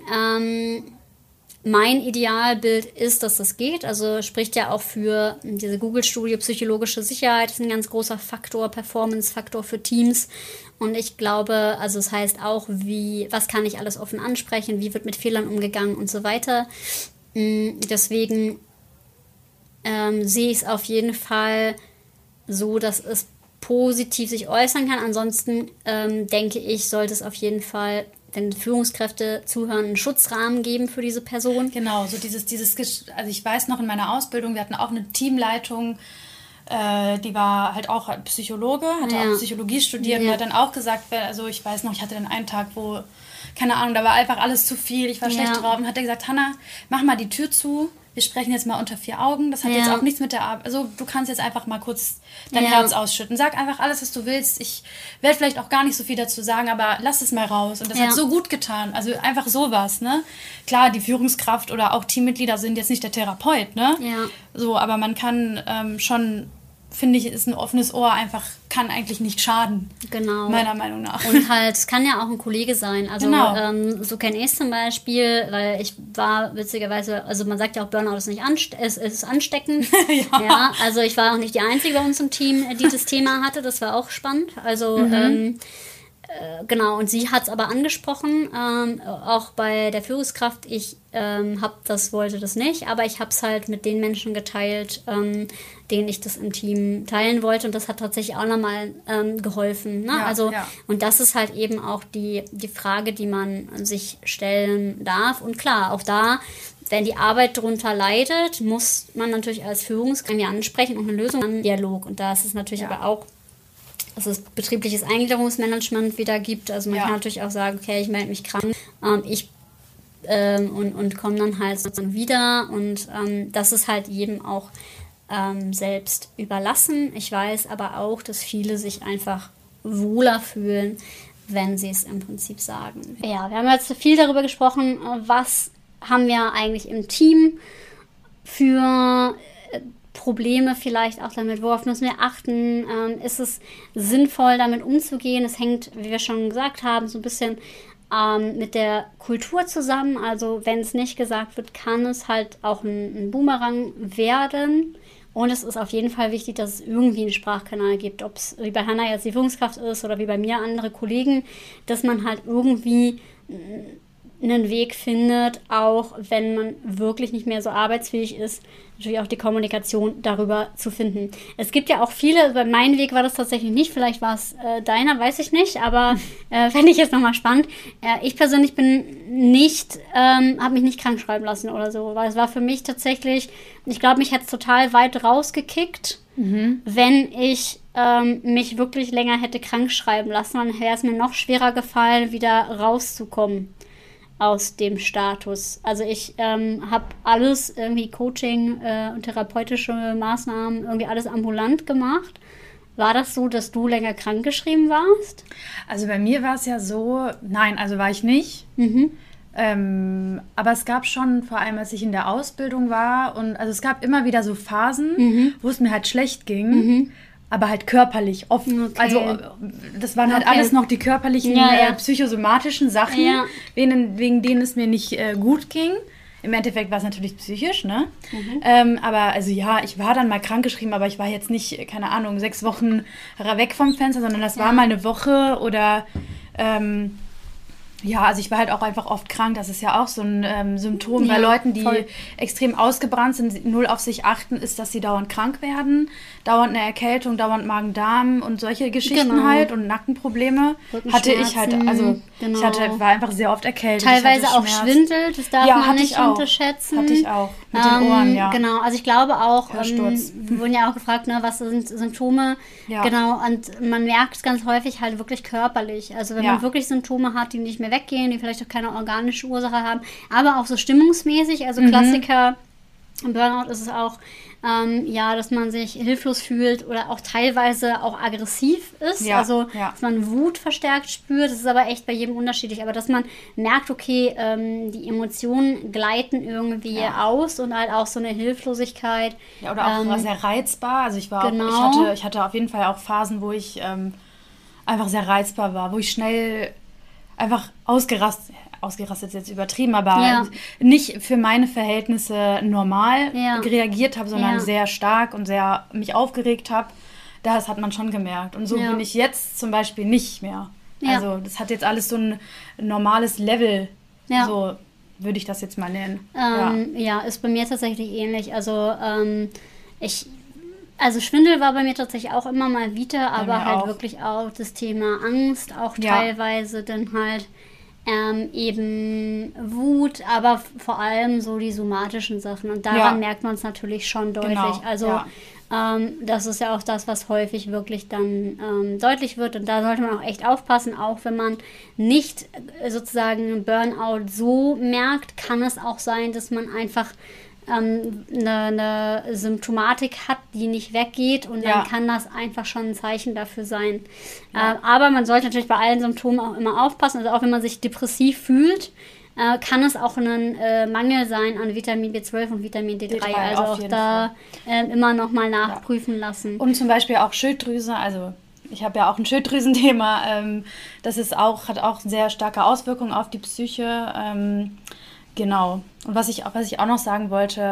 Mein Idealbild ist, dass das geht. Also spricht ja auch für diese Google-Studie psychologische Sicherheit. Das ist ein ganz großer Faktor, Performance-Faktor für Teams. Und ich glaube, also es heißt auch, was kann ich alles offen ansprechen, wie wird mit Fehlern umgegangen und so weiter. Deswegen sehe ich es auf jeden Fall so, dass es positiv sich äußern kann. Ansonsten denke ich, sollte es auf jeden Fall, wenn Führungskräfte zuhören, einen Schutzrahmen geben für diese Person. Genau, so also ich weiß noch in meiner Ausbildung, wir hatten auch eine Teamleitung, die war halt auch Psychologe, hatte auch Psychologie studiert und hat dann auch gesagt, also ich weiß noch, ich hatte dann einen Tag, wo, keine Ahnung, da war einfach alles zu viel, ich war schlecht drauf, und hat er gesagt, Hannah, mach mal die Tür zu, wir sprechen jetzt mal unter 4 Augen, das hat jetzt auch nichts mit der Arbeit, also du kannst jetzt einfach mal kurz dein Herz ausschütten, sag einfach alles, was du willst, ich werde vielleicht auch gar nicht so viel dazu sagen, aber lass es mal raus, und das hat so gut getan, also einfach sowas, ne, klar, die Führungskraft oder auch Teammitglieder sind jetzt nicht der Therapeut, ne, so, aber man kann schon, finde ich, ist ein offenes Ohr einfach, kann eigentlich nicht schaden. Genau. Meiner Meinung nach. Und halt, es kann ja auch ein Kollege sein. Also so kenne ich es zum Beispiel, weil ich war witzigerweise, also man sagt ja auch, Burnout ist nicht ist ansteckend. Also ich war auch nicht die Einzige bei uns im Team, die das Thema hatte. Das war auch spannend. Also genau, und sie hat es aber angesprochen, auch bei der Führungskraft. Ich wollte das nicht, aber ich habe es halt mit den Menschen geteilt, denen ich das im Team teilen wollte, und das hat tatsächlich auch nochmal geholfen. Ne? Und das ist halt eben auch die Frage, die man sich stellen darf. Und klar, auch da, wenn die Arbeit darunter leidet, muss man natürlich als Führungskraft ansprechen und eine Lösung, einen Dialog. Und da ist es natürlich aber auch, dass es betriebliches Eingliederungsmanagement wieder gibt. Also man kann natürlich auch sagen, okay, ich melde mich krank, und komme dann halt sozusagen wieder. Und das ist halt jedem auch selbst überlassen. Ich weiß aber auch, dass viele sich einfach wohler fühlen, wenn sie es im Prinzip sagen. Ja, wir haben jetzt viel darüber gesprochen, was haben wir eigentlich im Team für Probleme vielleicht auch damit, worauf müssen wir achten, ist es sinnvoll, damit umzugehen. Es hängt, wie wir schon gesagt haben, so ein bisschen mit der Kultur zusammen. Also wenn es nicht gesagt wird, kann es halt auch ein Boomerang werden. Und es ist auf jeden Fall wichtig, dass es irgendwie einen Sprachkanal gibt, ob es wie bei Hannah jetzt die Führungskraft ist oder wie bei mir andere Kollegen, dass man halt irgendwie einen Weg findet, auch wenn man wirklich nicht mehr so arbeitsfähig ist, natürlich auch die Kommunikation darüber zu finden. Es gibt ja auch viele, bei meinem Weg war das tatsächlich nicht, vielleicht war es deiner, weiß ich nicht, aber fände ich jetzt nochmal spannend. Ich persönlich habe mich nicht krank schreiben lassen oder so, weil es war für mich tatsächlich, ich glaube, mich hätte es total weit rausgekickt, wenn ich mich wirklich länger hätte krank schreiben lassen, dann wäre es mir noch schwerer gefallen, wieder rauszukommen. aus dem Status. Also ich habe alles irgendwie Coaching und therapeutische Maßnahmen, irgendwie alles ambulant gemacht. War das so, dass du länger krankgeschrieben warst? Also bei mir war es ja so, nein, also war ich nicht. Aber es gab schon, vor allem als ich in der Ausbildung war, und also es gab immer wieder so Phasen, wo es mir halt schlecht ging, aber halt körperlich oft. Okay. Also das waren halt alles noch die körperlichen, psychosomatischen Sachen, wegen denen es mir nicht gut ging. Im Endeffekt war es natürlich psychisch, ne? Aber also ja, ich war dann mal krankgeschrieben, aber ich war jetzt nicht, keine Ahnung, 6 Wochen weg vom Fenster, sondern das war mal eine Woche oder ja, also ich war halt auch einfach oft krank. Das ist ja auch so ein Symptom bei Leuten, die extrem ausgebrannt sind, null auf sich achten, ist, dass sie dauernd krank werden. Dauernd eine Erkältung, dauernd Magen-Darm und solche Geschichten halt und Nackenprobleme hatte ich halt. Also ich war einfach sehr oft erkältet. Teilweise auch Schwindel, das darf man nicht unterschätzen. Hatte ich auch, mit den Ohren, ja. Genau, also ich glaube auch, wir wurden ja auch gefragt, ne, was sind Symptome? Ja. Genau, und man merkt es ganz häufig halt wirklich körperlich. Also wenn man wirklich Symptome hat, die nicht mehr weggehen, die vielleicht auch keine organische Ursache haben, aber auch so stimmungsmäßig, also Klassiker im Burnout ist es auch, dass man sich hilflos fühlt oder auch teilweise auch aggressiv ist, dass man Wut verstärkt spürt, das ist aber echt bei jedem unterschiedlich, aber dass man merkt, okay, die Emotionen gleiten irgendwie aus und halt auch so eine Hilflosigkeit. Ja, oder auch sehr reizbar, also ich hatte auf jeden Fall auch Phasen, wo ich einfach sehr reizbar war, wo ich schnell einfach ausgerastet ist jetzt übertrieben, aber nicht für meine Verhältnisse normal reagiert habe, sondern sehr stark und sehr mich aufgeregt habe. Das hat man schon gemerkt. Und so bin ich jetzt zum Beispiel nicht mehr. Ja. Also das hat jetzt alles so ein normales Level, so würde ich das jetzt mal nennen. Ist bei mir tatsächlich ähnlich. Also Schwindel war bei mir tatsächlich auch immer mal wieder, aber halt auch wirklich auch das Thema Angst, auch teilweise dann halt eben Wut, aber vor allem so die somatischen Sachen. Und daran merkt man es natürlich schon deutlich. Genau. Also das ist ja auch das, was häufig wirklich dann deutlich wird. Und da sollte man auch echt aufpassen, auch wenn man nicht sozusagen Burnout so merkt, kann es auch sein, dass man einfach eine Symptomatik hat, die nicht weggeht und dann kann das einfach schon ein Zeichen dafür sein. Aber man sollte natürlich bei allen Symptomen auch immer aufpassen, also auch wenn man sich depressiv fühlt, kann es auch ein Mangel sein an Vitamin B12 und Vitamin D3, also auch da immer nochmal nachprüfen lassen. Und zum Beispiel auch Schilddrüse, also ich habe ja auch ein Schilddrüsenthema, das ist hat auch sehr starke Auswirkungen auf die Psyche, genau. Und was ich auch noch sagen wollte,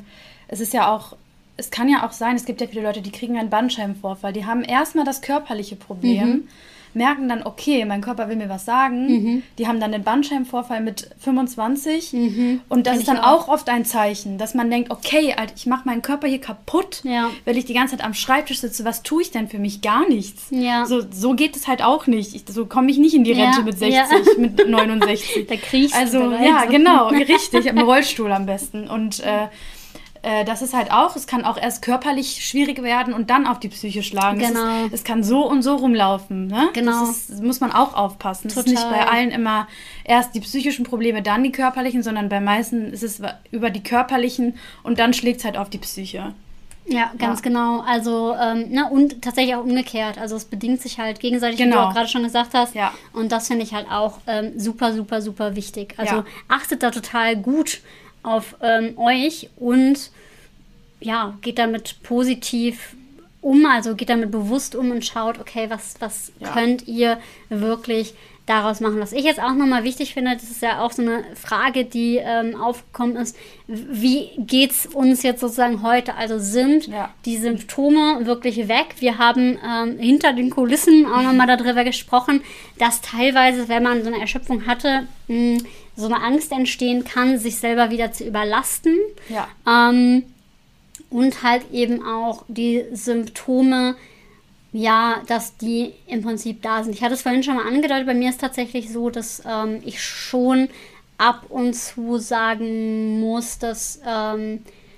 es kann ja auch sein, es gibt ja viele Leute, die kriegen einen Bandscheibenvorfall. Die haben erstmal das körperliche Problem, merken dann, okay, mein Körper will mir was sagen. Die haben dann den Bandscheibenvorfall mit 25. Und das ist dann auch oft ein Zeichen, dass man denkt, okay, Alter, ich mache meinen Körper hier kaputt, weil ich die ganze Zeit am Schreibtisch sitze. Was tue ich denn für mich? Gar nichts. Ja. So geht es halt auch nicht. So komme ich nicht in die Rente mit 60, mit 69. Da kriegst du bereits. Ja, genau, richtig. Im Rollstuhl am besten. Und das ist halt auch, es kann auch erst körperlich schwierig werden und dann auf die Psyche schlagen. Genau. Es kann so und so rumlaufen. Ne? Genau. Das muss man auch aufpassen. Es ist nicht bei allen immer erst die psychischen Probleme, dann die körperlichen, sondern bei meisten ist es über die körperlichen und dann schlägt es halt auf die Psyche. Ja, ganz genau. Also, und tatsächlich auch umgekehrt. Also es bedingt sich halt gegenseitig, wie du auch gerade schon gesagt hast. Ja. Und das finde ich halt auch super, super, super wichtig. Also achtet da total gut auf euch und geht damit positiv um, also geht damit bewusst um und schaut, okay, was könnt ihr wirklich daraus machen. Was ich jetzt auch nochmal wichtig finde, das ist ja auch so eine Frage, die aufgekommen ist, wie geht's uns jetzt sozusagen heute? Also sind die Symptome wirklich weg? Wir haben hinter den Kulissen auch nochmal darüber gesprochen, dass teilweise, wenn man so eine Erschöpfung hatte, so eine Angst entstehen kann, sich selber wieder zu überlasten. Ja. Und halt eben auch die Symptome, dass die im Prinzip da sind. Ich hatte es vorhin schon mal angedeutet, bei mir ist tatsächlich so, dass ich schon ab und zu sagen muss, dass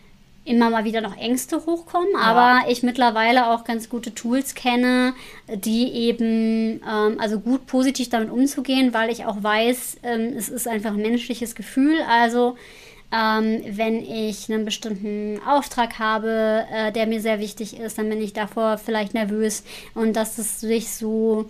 immer mal wieder noch Ängste hochkommen, aber ich mittlerweile auch ganz gute Tools kenne, die eben, also gut positiv damit umzugehen, weil ich auch weiß, es ist einfach ein menschliches Gefühl, also wenn ich einen bestimmten Auftrag habe, der mir sehr wichtig ist, dann bin ich davor vielleicht nervös und dass es sich so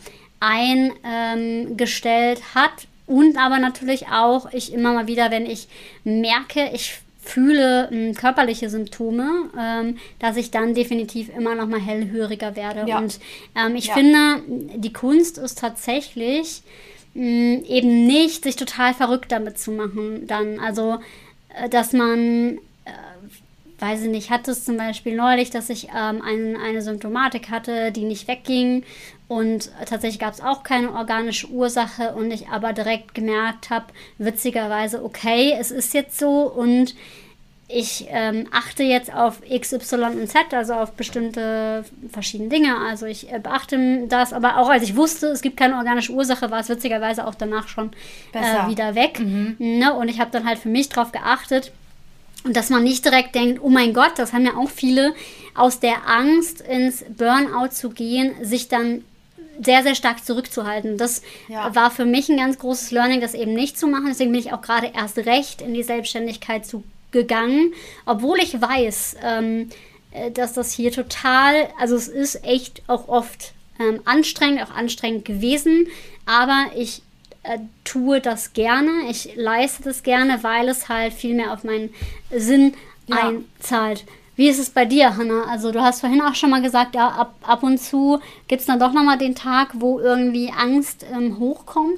eingestellt hat und aber natürlich auch ich immer mal wieder, wenn ich merke, ich fühle körperliche Symptome, dass ich dann definitiv immer noch mal hellhöriger werde. Ja. Und ich finde, die Kunst ist tatsächlich eben nicht, sich total verrückt damit zu machen dann. Also, dass man, weiß ich nicht, hatte es zum Beispiel neulich, dass ich eine Symptomatik hatte, die nicht wegging und tatsächlich gab es auch keine organische Ursache und ich aber direkt gemerkt habe, witzigerweise, okay, es ist jetzt so und ich achte jetzt auf X, Y und Z, also auf bestimmte verschiedene Dinge. Also ich beachte das, aber auch als ich wusste, es gibt keine organische Ursache, war es witzigerweise auch danach schon wieder weg. Ne? Und ich habe dann halt für mich drauf geachtet, und dass man nicht direkt denkt, oh mein Gott, das haben ja auch viele, aus der Angst ins Burnout zu gehen, sich dann sehr, sehr stark zurückzuhalten. Das war für mich ein ganz großes Learning, das eben nicht zu machen. Deswegen bin ich auch gerade erst recht in die Selbstständigkeit gegangen, obwohl ich weiß, dass das hier total, also es ist echt auch oft anstrengend, auch anstrengend gewesen, aber ich tue das gerne, ich leiste das gerne, weil es halt viel mehr auf meinen Sinn einzahlt. Wie ist es bei dir, Hannah? Also du hast vorhin auch schon mal gesagt, ja, ab und zu gibt es dann doch nochmal den Tag, wo irgendwie Angst hochkommt.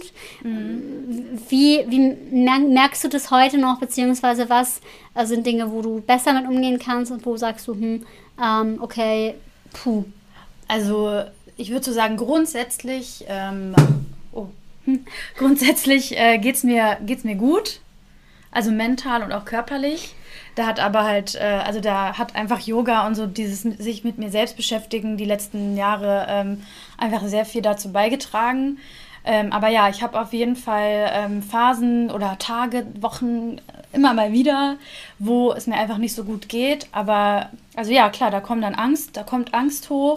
Wie merkst du das heute noch, beziehungsweise was sind Dinge, wo du besser mit umgehen kannst und wo sagst du, okay, puh. Also ich würde so sagen, grundsätzlich geht's mir gut, also mental und auch körperlich. Da hat aber halt, da hat einfach Yoga und so dieses sich mit mir selbst beschäftigen die letzten Jahre einfach sehr viel dazu beigetragen. Aber ja, ich habe auf jeden Fall Phasen oder Tage, Wochen immer mal wieder, wo es mir einfach nicht so gut geht. Aber, also ja, klar, da kommt Angst hoch.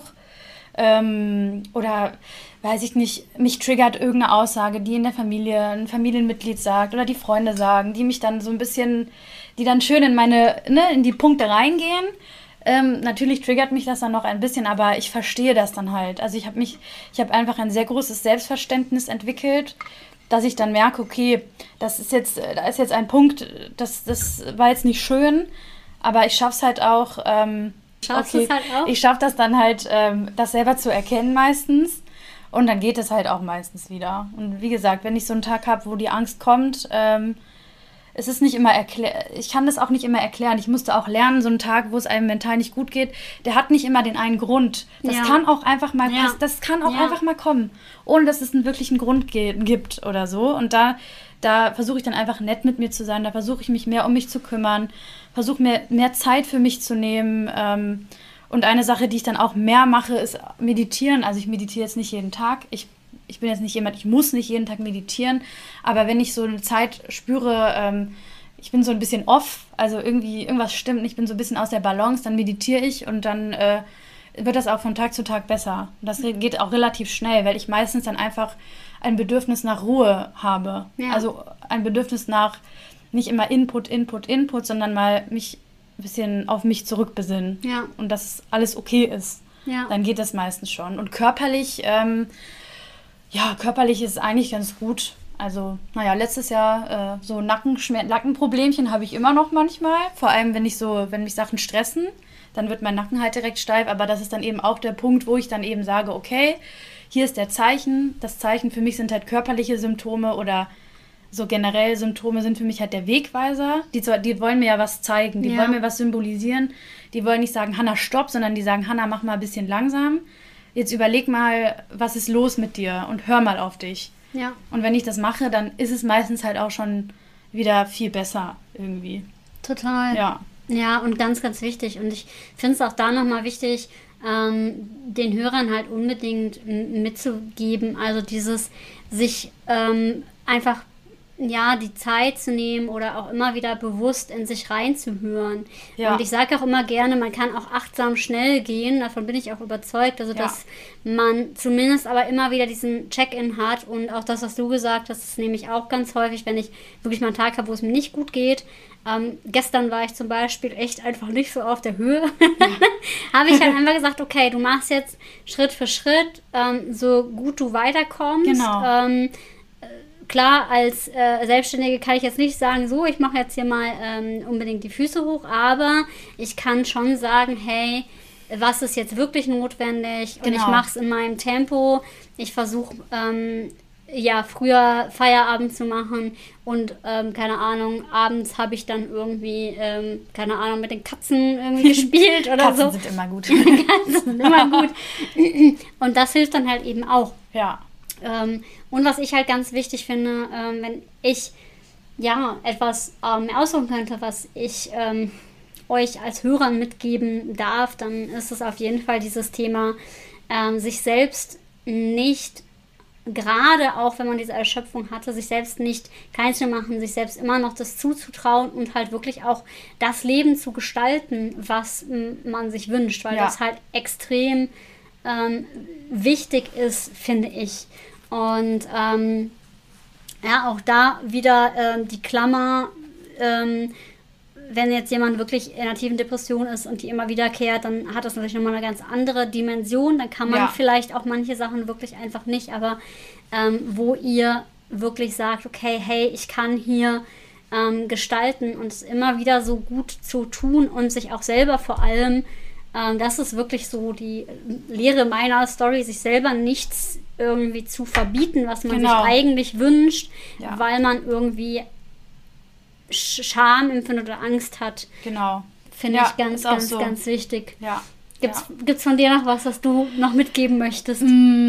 Oder weiß ich nicht, mich triggert irgendeine Aussage, die in der Familie ein Familienmitglied sagt oder die Freunde sagen, die mich dann so ein bisschen, die dann schön in die Punkte reingehen. Natürlich triggert mich das dann noch ein bisschen, aber ich verstehe das dann halt. Also ich habe einfach ein sehr großes Selbstverständnis entwickelt, dass ich dann merke, okay, da ist jetzt ein Punkt, das war jetzt nicht schön, aber ich schaff's halt auch. Ich schaffe das dann halt, das selber zu erkennen meistens und dann geht es halt auch meistens wieder. Und wie gesagt, wenn ich so einen Tag habe, wo die Angst kommt, es ist nicht immer ich kann das auch nicht immer erklären. Ich musste auch lernen, so einen Tag, wo es einem mental nicht gut geht, der hat nicht immer den einen Grund. Das kann auch einfach mal das kann auch einfach mal kommen, ohne dass es einen wirklichen Grund gibt oder so. Und da versuche ich dann einfach nett mit mir zu sein, da versuche ich mich mehr um mich zu kümmern, versuche mir mehr Zeit für mich zu nehmen. Und eine Sache, die ich dann auch mehr mache, ist meditieren. Also ich meditiere jetzt nicht jeden Tag. Ich bin jetzt nicht jemand, ich muss nicht jeden Tag meditieren. Aber wenn ich so eine Zeit spüre, ich bin so ein bisschen off, also irgendwas stimmt, ich bin so ein bisschen aus der Balance, dann meditiere ich und dann wird das auch von Tag zu Tag besser. Und das geht auch relativ schnell, weil ich meistens dann einfach ein Bedürfnis nach Ruhe habe. Ja. Also ein Bedürfnis nach nicht immer Input, sondern mal mich ein bisschen auf mich zurückbesinnen. Ja. Und dass alles okay ist. Ja. Dann geht das meistens schon. Und körperlich, körperlich ist es eigentlich ganz gut. Also, letztes Jahr so Nackenproblemchen habe ich immer noch manchmal. Vor allem, wenn mich Sachen stressen, dann wird mein Nacken halt direkt steif. Aber das ist dann eben auch der Punkt, wo ich dann eben sage, okay, hier ist der Zeichen. Das Zeichen für mich sind halt körperliche Symptome oder so generell Symptome sind für mich halt der Wegweiser. Die wollen mir ja was zeigen, die wollen mir was symbolisieren. Die wollen nicht sagen, Hannah, stopp, sondern die sagen, Hannah, mach mal ein bisschen langsam. Jetzt überleg mal, was ist los mit dir und hör mal auf dich. Ja. Und wenn ich das mache, dann ist es meistens halt auch schon wieder viel besser irgendwie. Total. Ja. Ja, und ganz, ganz wichtig. Und ich finde es auch da nochmal wichtig, den Hörern halt unbedingt mitzugeben. Also dieses sich einfach ja, die Zeit zu nehmen oder auch immer wieder bewusst in sich reinzuhören. Ja. Und ich sage auch immer gerne, man kann auch achtsam schnell gehen, davon bin ich auch überzeugt, also dass man zumindest aber immer wieder diesen Check-in hat und auch das, was du gesagt hast, das nehme ich auch ganz häufig, wenn ich wirklich mal einen Tag habe, wo es mir nicht gut geht. Gestern war ich zum Beispiel echt einfach nicht so auf der Höhe. Habe ich halt einfach gesagt, okay, du machst jetzt Schritt für Schritt, so gut du weiterkommst. Genau. Klar, als Selbstständige kann ich jetzt nicht sagen, so, ich mache jetzt hier mal unbedingt die Füße hoch, aber ich kann schon sagen, hey, was ist jetzt wirklich notwendig? Und ich mache es in meinem Tempo. Ich versuche, früher Feierabend zu machen und, keine Ahnung, abends habe ich dann irgendwie, keine Ahnung, mit den Katzen irgendwie gespielt oder Katzen so. sind immer gut. Katzen sind immer gut. Und das hilft dann halt eben auch. Ja. Und was ich halt ganz wichtig finde, wenn ich etwas mir aussuchen könnte, was ich euch als Hörern mitgeben darf, dann ist es auf jeden Fall dieses Thema, sich selbst nicht, gerade auch wenn man diese Erschöpfung hatte, sich selbst nicht klein zu machen, sich selbst immer noch das zuzutrauen und halt wirklich auch das Leben zu gestalten, was man sich wünscht, weil das halt extrem wichtig ist, finde ich. Und auch da wieder die Klammer, wenn jetzt jemand wirklich in einer tiefen Depression ist und die immer wiederkehrt, dann hat das natürlich nochmal eine ganz andere Dimension. Dann kann man vielleicht auch manche Sachen wirklich einfach nicht, aber wo ihr wirklich sagt, okay, hey, ich kann hier gestalten und es immer wieder so gut zu tun und sich auch selber vor allem, das ist wirklich so die Lehre meiner Story, sich selber nichts irgendwie zu verbieten, was man sich eigentlich wünscht, weil man irgendwie Scham empfindet oder Angst hat. Genau. Finde ich ganz, ganz, so. Ganz wichtig. Ja. Gibt's von dir noch was du noch mitgeben möchtest?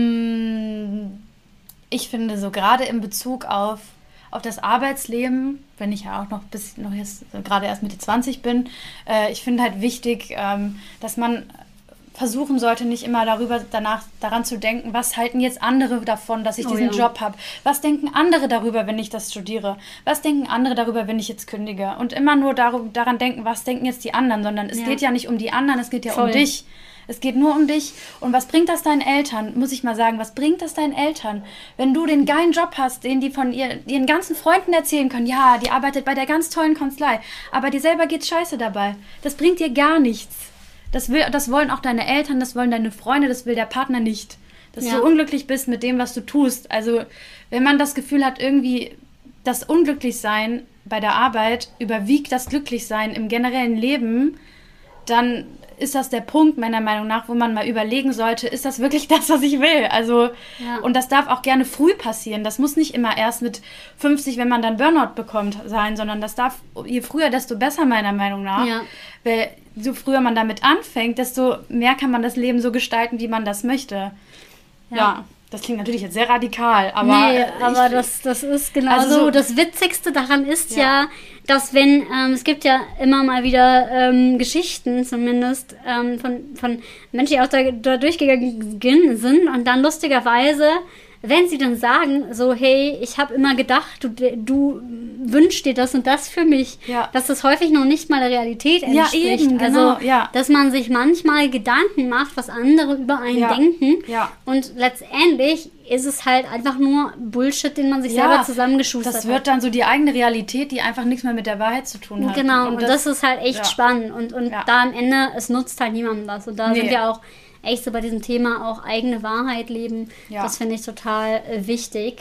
Ich finde so gerade in Bezug auf das Arbeitsleben, wenn ich ja auch noch jetzt gerade erst Mitte 20 bin, ich finde halt wichtig, dass man versuchen sollte, nicht immer daran zu denken, was halten jetzt andere davon, dass ich diesen Job habe? Was denken andere darüber, wenn ich das studiere? Was denken andere darüber, wenn ich jetzt kündige? Und immer nur daran denken, was denken jetzt die anderen, sondern es geht ja nicht um die anderen, es geht ja um dich. Es geht nur um dich. Und was bringt das deinen Eltern? Muss ich mal sagen, was bringt das deinen Eltern? Wenn du den geilen Job hast, den die von ihren ganzen Freunden erzählen können, ja, die arbeitet bei der ganz tollen Kanzlei, aber dir selber geht's scheiße dabei. Das bringt dir gar nichts. Das wollen auch deine Eltern, das wollen deine Freunde, das will der Partner nicht. Dass du unglücklich bist mit dem, was du tust. Also, wenn man das Gefühl hat, irgendwie das Unglücklichsein bei der Arbeit überwiegt das Glücklichsein im generellen Leben, dann ist das der Punkt, meiner Meinung nach, wo man mal überlegen sollte, ist das wirklich das, was ich will? Also, und das darf auch gerne früh passieren. Das muss nicht immer erst mit 50, wenn man dann Burnout bekommt, sein, sondern das darf, je früher, desto besser, meiner Meinung nach. Ja. Weil so früher man damit anfängt, desto mehr kann man das Leben so gestalten, wie man das möchte. Ja. Das klingt natürlich jetzt sehr radikal, aber... Nee, aber das ist genau also so. Das Witzigste daran ist dass wenn, es gibt ja immer mal wieder Geschichten zumindest von Menschen, die auch da durchgegangen sind und dann lustigerweise, wenn sie dann sagen, so, hey, ich habe immer gedacht, du wünschst dir das und das für mich, dass das häufig noch nicht mal der Realität entspricht. Ja, eben, genau. Also, dass man sich manchmal Gedanken macht, was andere über einen denken. Ja. Und letztendlich ist es halt einfach nur Bullshit, den man sich selber zusammengeschustert hat. Das wird dann so die eigene Realität, die einfach nichts mehr mit der Wahrheit zu tun hat. Genau, und das ist halt echt spannend. Und da am Ende, es nutzt halt niemandem was. Und da sind wir auch echt so bei diesem Thema auch eigene Wahrheit leben. Ja. Das finde ich total wichtig.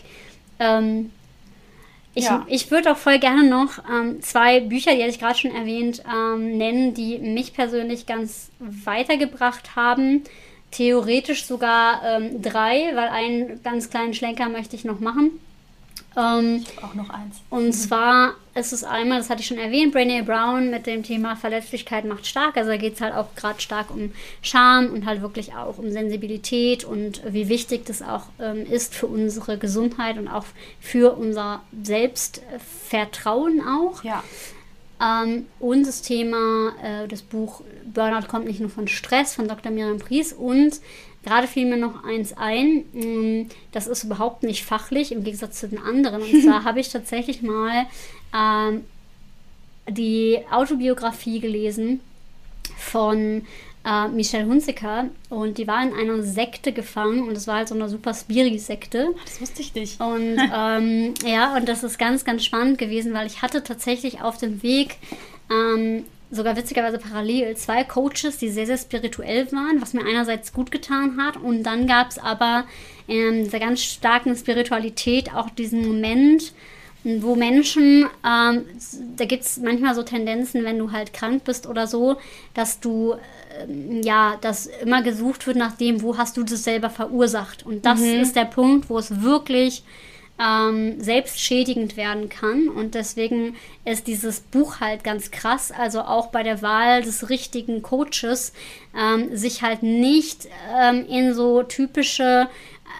Ich würde auch voll gerne noch 2 Bücher, die hatte ich gerade schon erwähnt, nennen, die mich persönlich ganz weitergebracht haben. Theoretisch sogar 3, weil einen ganz kleinen Schlenker möchte ich noch machen. Ich habe auch noch eins. Und zwar ist es einmal, das hatte ich schon erwähnt, Brené Brown mit dem Thema Verletzlichkeit macht stark. Also da geht es halt auch gerade stark um Scham und halt wirklich auch um Sensibilität und wie wichtig das auch ist für unsere Gesundheit und auch für unser Selbstvertrauen auch. Ja. Und das Thema, das Buch Burnout kommt nicht nur von Stress von Dr. Miriam Pries und gerade fiel mir noch eins ein, das ist überhaupt nicht fachlich im Gegensatz zu den anderen. Und zwar habe ich tatsächlich mal die Autobiografie gelesen von Michelle Hunziker, und die war in einer Sekte gefangen, und es war halt so eine super Spiri-Sekte. Das wusste ich nicht. Und ja, und das ist ganz, ganz spannend gewesen, weil ich hatte tatsächlich auf dem Weg sogar witzigerweise parallel 2 Coaches, die sehr, sehr spirituell waren, was mir einerseits gut getan hat, und dann gab es aber in dieser ganz starken Spiritualität auch diesen Moment, wo Menschen, da gibt es manchmal so Tendenzen, wenn du halt krank bist oder so, dass du, dass immer gesucht wird nach dem, wo hast du das selber verursacht. Und das ist der Punkt, wo es wirklich selbstschädigend werden kann. Und deswegen ist dieses Buch halt ganz krass, also auch bei der Wahl des richtigen Coaches, sich halt nicht in so typische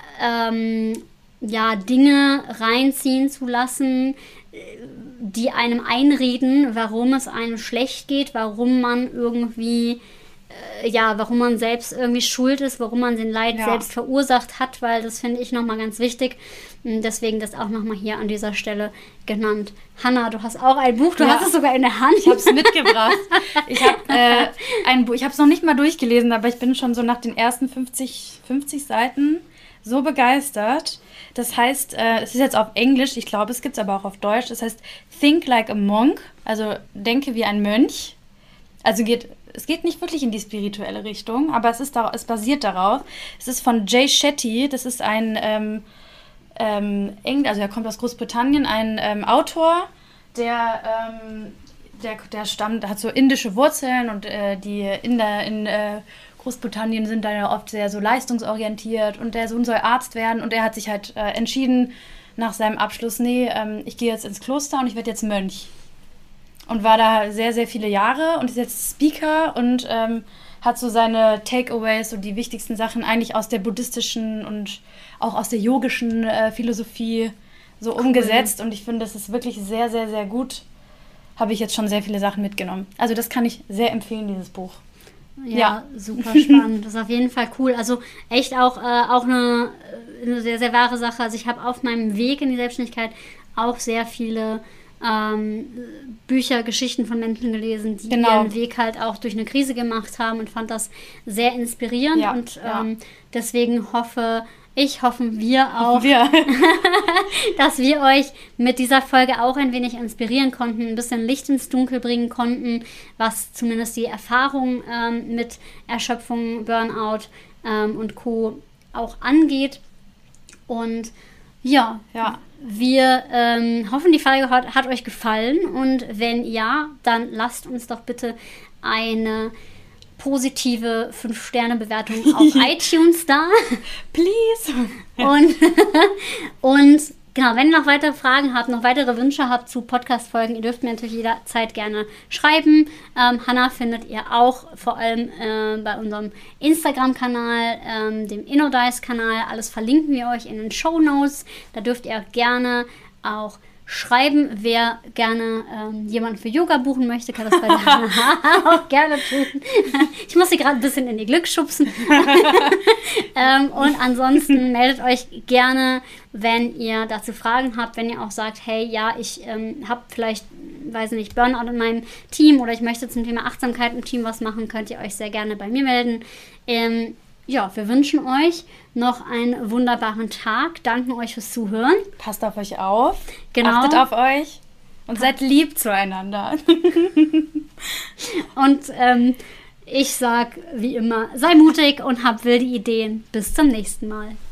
Dinge reinziehen zu lassen, die einem einreden, warum es einem schlecht geht, warum man irgendwie, warum man selbst irgendwie schuld ist, warum man den Leid selbst verursacht hat, weil das finde ich nochmal ganz wichtig. Deswegen das auch nochmal hier an dieser Stelle genannt. Hanna, du hast auch ein Buch, du hast es sogar in der Hand. Ich habe es mitgebracht. Ich habe ein Buch, ich habe es noch nicht mal durchgelesen, aber ich bin schon so nach den ersten 50 Seiten so begeistert. Das heißt, es ist jetzt auf Englisch, ich glaube, es gibt es aber auch auf Deutsch. Das heißt Think Like a Monk, also denke wie ein Mönch. Also es geht nicht wirklich in die spirituelle Richtung, aber es basiert darauf. Es ist von Jay Shetty, das ist ein also er kommt aus Großbritannien, ein Autor, der hat so indische Wurzeln, und die Inder in Großbritannien sind da ja oft sehr so leistungsorientiert, und der Sohn soll Arzt werden, und er hat sich halt entschieden nach seinem Abschluss, ich gehe jetzt ins Kloster und ich werde jetzt Mönch. Und war da sehr, sehr viele Jahre und ist jetzt Speaker und hat so seine Takeaways, so die wichtigsten Sachen eigentlich aus der buddhistischen und auch aus der yogischen Philosophie so umgesetzt. Und ich finde, das ist wirklich sehr, sehr, sehr gut. Habe ich jetzt schon sehr viele Sachen mitgenommen. Also das kann ich sehr empfehlen, dieses Buch. Ja, super spannend. Das ist auf jeden Fall cool. Also echt auch eine sehr, sehr wahre Sache. Also ich habe auf meinem Weg in die Selbstständigkeit auch sehr viele Bücher, Geschichten von Menschen gelesen, die ihren Weg halt auch durch eine Krise gemacht haben, und fand das sehr inspirierend. Deswegen hoffen wir auch, dass wir euch mit dieser Folge auch ein wenig inspirieren konnten, ein bisschen Licht ins Dunkel bringen konnten, was zumindest die Erfahrung mit Erschöpfung, Burnout und Co. auch angeht. Und wir hoffen, die Folge hat euch gefallen, und wenn ja, dann lasst uns doch bitte eine positive 5-Sterne-Bewertung auf iTunes da. Please. Und genau, wenn ihr noch weitere Fragen habt, noch weitere Wünsche habt zu Podcast-Folgen, ihr dürft mir natürlich jederzeit gerne schreiben. Hanna findet ihr auch vor allem bei unserem Instagram-Kanal, dem InnoDice-Kanal. Alles verlinken wir euch in den Shownotes. Da dürft ihr gerne auch schreiben, wer gerne jemanden für Yoga buchen möchte, kann das bei der Hanna auch gerne tun. Ich muss sie gerade ein bisschen in ihr Glück schubsen. Und ansonsten meldet euch gerne, wenn ihr dazu Fragen habt, wenn ihr auch sagt, hey, ja, ich habe vielleicht, weiß nicht, Burnout in meinem Team, oder ich möchte zum Thema Achtsamkeit im Team was machen, könnt ihr euch sehr gerne bei mir melden. Wir wünschen euch noch einen wunderbaren Tag. Danken euch fürs Zuhören. Passt auf euch auf. Genau. Achtet auf euch. Und seid lieb zueinander. Und ich sag wie immer, sei mutig und hab wilde Ideen. Bis zum nächsten Mal.